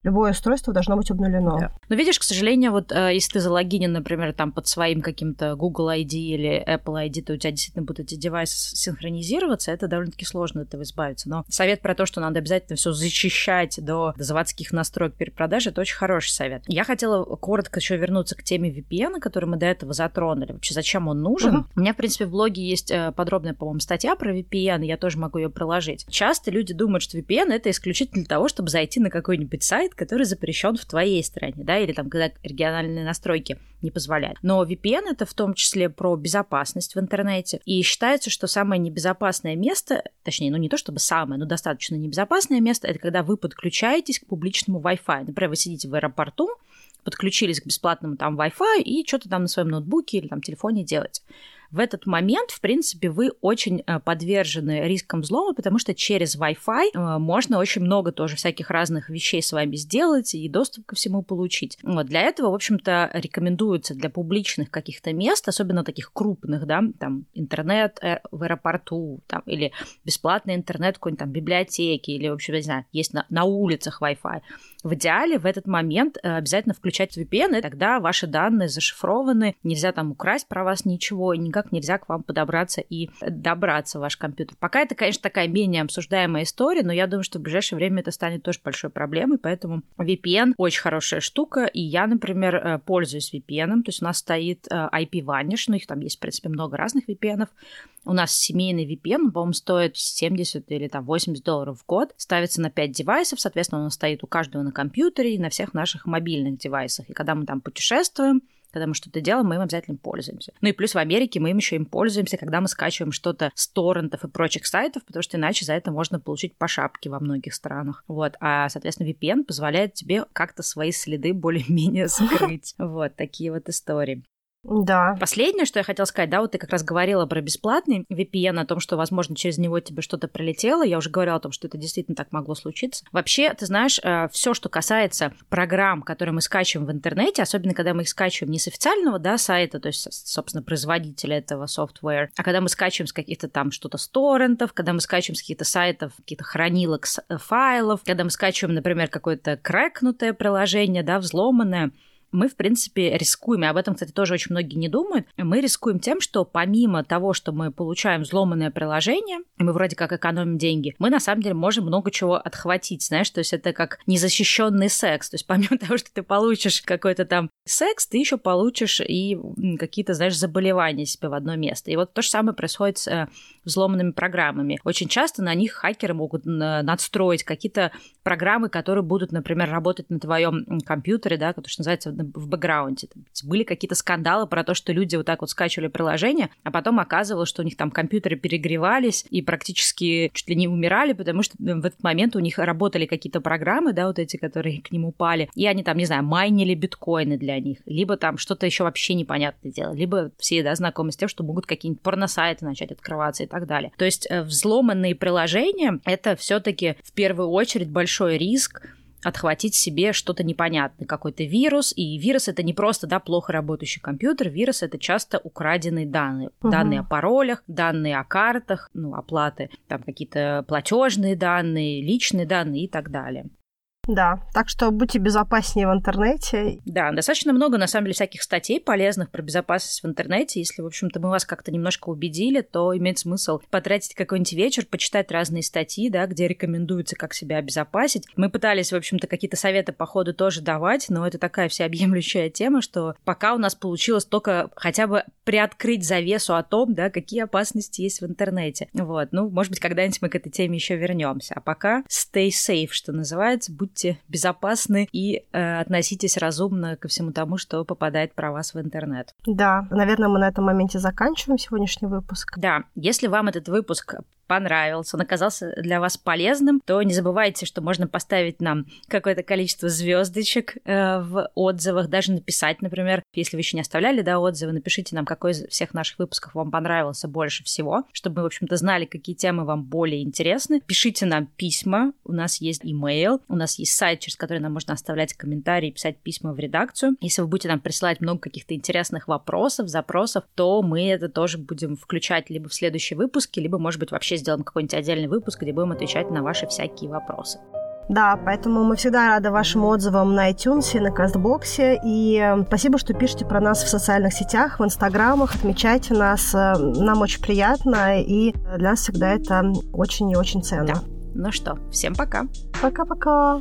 S2: Любое устройство должно быть обнулено.
S1: Да. Но видишь, к сожалению, вот если ты залогинен, например, там под своим каким-то Google ID или Apple ID, то у тебя действительно будут эти девайсы синхронизироваться, это довольно-таки сложно от этого избавиться. Но совет про то, что надо обязательно все зачищать до заводских настроек перепродажи, это очень хороший совет. Я хотела коротко еще вернуться к теме VPN, которую мы до этого затронули. Вообще, зачем он нужен? У меня, в принципе, в блоге есть подробная, по-моему, статья про VPN, я тоже могу ее приложить. Часто люди думают, что VPN — это исключительно для того, чтобы зайти на какой-нибудь сайт, который запрещен в твоей стране, да, или там, когда региональные настройки не позволяют. Но VPN — это в том числе про безопасность в интернете, и считается, что самое небезопасное место, точнее, ну не то чтобы самое, но достаточно небезопасное место, это когда вы подключаетесь к публичному Wi-Fi. Например, вы сидите в аэропорту, подключились к бесплатному там Wi-Fi и что-то там на своем ноутбуке или там телефоне делаете. В этот момент, в принципе, вы очень подвержены рискам взлома, потому что через Wi-Fi можно очень много тоже всяких разных вещей с вами сделать и доступ ко всему получить. Вот. Для этого, в общем-то, рекомендуется для публичных каких-то мест, особенно таких крупных, да, там интернет в аэропорту, там, или бесплатный интернет в какой-нибудь там библиотеке, или, в общем, не знаю, есть на улицах Wi-Fi. В идеале в этот момент обязательно включать VPN, и тогда ваши данные зашифрованы, нельзя там украсть про вас ничего, и никак нельзя к вам подобраться и добраться в ваш компьютер. Пока это, конечно, такая менее обсуждаемая история, но я думаю, что в ближайшее время это станет тоже большой проблемой, поэтому VPN очень хорошая штука, и я, например, пользуюсь VPN, то есть у нас стоит IPVanish, ну их там есть, в принципе, много разных VPN-ов. У нас семейный VPN, по-моему, стоит 70 или там $80 в год, ставится на 5 девайсов, соответственно, он стоит у каждого на компьютере и на всех наших мобильных девайсах. И когда мы там путешествуем, когда мы что-то делаем, мы им обязательно пользуемся. Ну и плюс в Америке мы им еще им пользуемся, когда мы скачиваем что-то с торрентов и прочих сайтов, потому что иначе за это можно получить по шапке во многих странах. Вот. А, соответственно, VPN позволяет тебе как-то свои следы более-менее скрыть. Вот такие вот истории.
S2: Да.
S1: Последнее, что я хотела сказать, да, вот ты как раз говорила про бесплатный VPN, о том, что, возможно, через него тебе что-то прилетело. Я уже говорила о том, что это действительно так могло случиться. Вообще, ты знаешь, все, что касается программ, которые мы скачиваем в интернете, особенно когда мы их скачиваем не с официального, да, сайта, то есть, собственно, производителя этого софтвера, а когда мы скачиваем с каких-то там что-то с торрентов, когда мы скачиваем с каких-то сайтов, каких-то хранилок файлов, когда мы скачиваем, например, какое-то крэкнутое приложение, да, взломанное, мы, в принципе, рискуем, и об этом, кстати, тоже очень многие не думают, мы рискуем тем, что помимо того, что мы получаем взломанное приложение, и мы вроде как экономим деньги, мы, на самом деле, можем много чего отхватить, знаешь, то есть это как незащищенный секс, то есть помимо того, что ты получишь какой-то там секс, ты еще получишь и какие-то, знаешь, заболевания себе в одно место. И вот то же самое происходит с взломанными программами. Очень часто на них хакеры могут надстроить какие-то программы, которые будут, например, работать на твоем компьютере, да, который, что называется, в бэкграунде. Были какие-то скандалы про то, что люди вот так вот скачивали приложение, а потом оказывалось, что у них там компьютеры перегревались и практически чуть ли не умирали, потому что в этот момент у них работали какие-то программы, да, вот эти, которые к ним упали, и они там, не знаю, майнили биткоины для них, либо там что-то еще вообще непонятное делали, либо все, да, знакомы с тем, что могут какие-нибудь порносайты начать открываться и так далее. То есть взломанные приложения — это все-таки в первую очередь большой риск отхватить себе что-то непонятное, какой-то вирус. И вирус — это не просто, да, плохо работающий компьютер, вирус — это часто украденные данные. Данные о паролях, данные о картах, ну, оплаты, там какие-то платежные данные, личные данные и так далее.
S2: Да, так что будьте безопаснее в интернете.
S1: Да, достаточно много, на самом деле, всяких статей полезных про безопасность в интернете. Если, в общем-то, мы вас как-то немножко убедили, то имеет смысл потратить какой-нибудь вечер, почитать разные статьи, да, где рекомендуется, как себя обезопасить. Мы пытались, в общем-то, какие-то советы по ходу тоже давать, но это такая всеобъемлющая тема, что пока у нас получилось только хотя бы приоткрыть завесу о том, да, какие опасности есть в интернете. Вот, ну, может быть, когда-нибудь мы к этой теме еще вернемся. А пока stay safe, что называется, будьте безопасны и относитесь разумно ко всему тому, что попадает про вас в интернет.
S2: Да, наверное, мы на этом моменте заканчиваем сегодняшний выпуск.
S1: Да, если вам этот выпуск понравился, он оказался для вас полезным, то не забывайте, что можно поставить нам какое-то количество звездочек в отзывах, даже написать, например, если вы еще не оставляли, да, отзывы, напишите нам, какой из всех наших выпусков вам понравился больше всего, чтобы мы, в общем-то, знали, какие темы вам более интересны. Пишите нам письма, у нас есть имейл, у нас есть сайт, через который нам можно оставлять комментарии и писать письма в редакцию. Если вы будете нам присылать много каких-то интересных вопросов, запросов, то мы это тоже будем включать либо в следующие выпуски, либо, может быть, вообще сделаем какой-нибудь отдельный выпуск, где будем отвечать на ваши всякие вопросы.
S2: Да, поэтому мы всегда рады вашим отзывам на iTunes, на Кастбоксе. И спасибо, что пишете про нас в социальных сетях, в инстаграмах, отмечайте нас. Нам очень приятно, и для нас всегда это очень и очень ценно.
S1: Да. Ну что, всем пока.
S2: Пока-пока.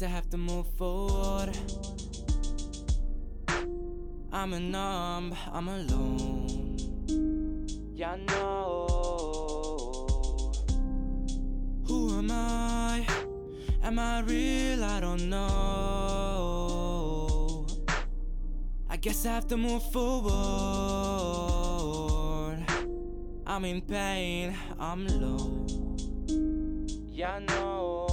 S3: Am I real? I don't know. I guess I have to move forward. I'm in pain, I'm low. Yeah, I know.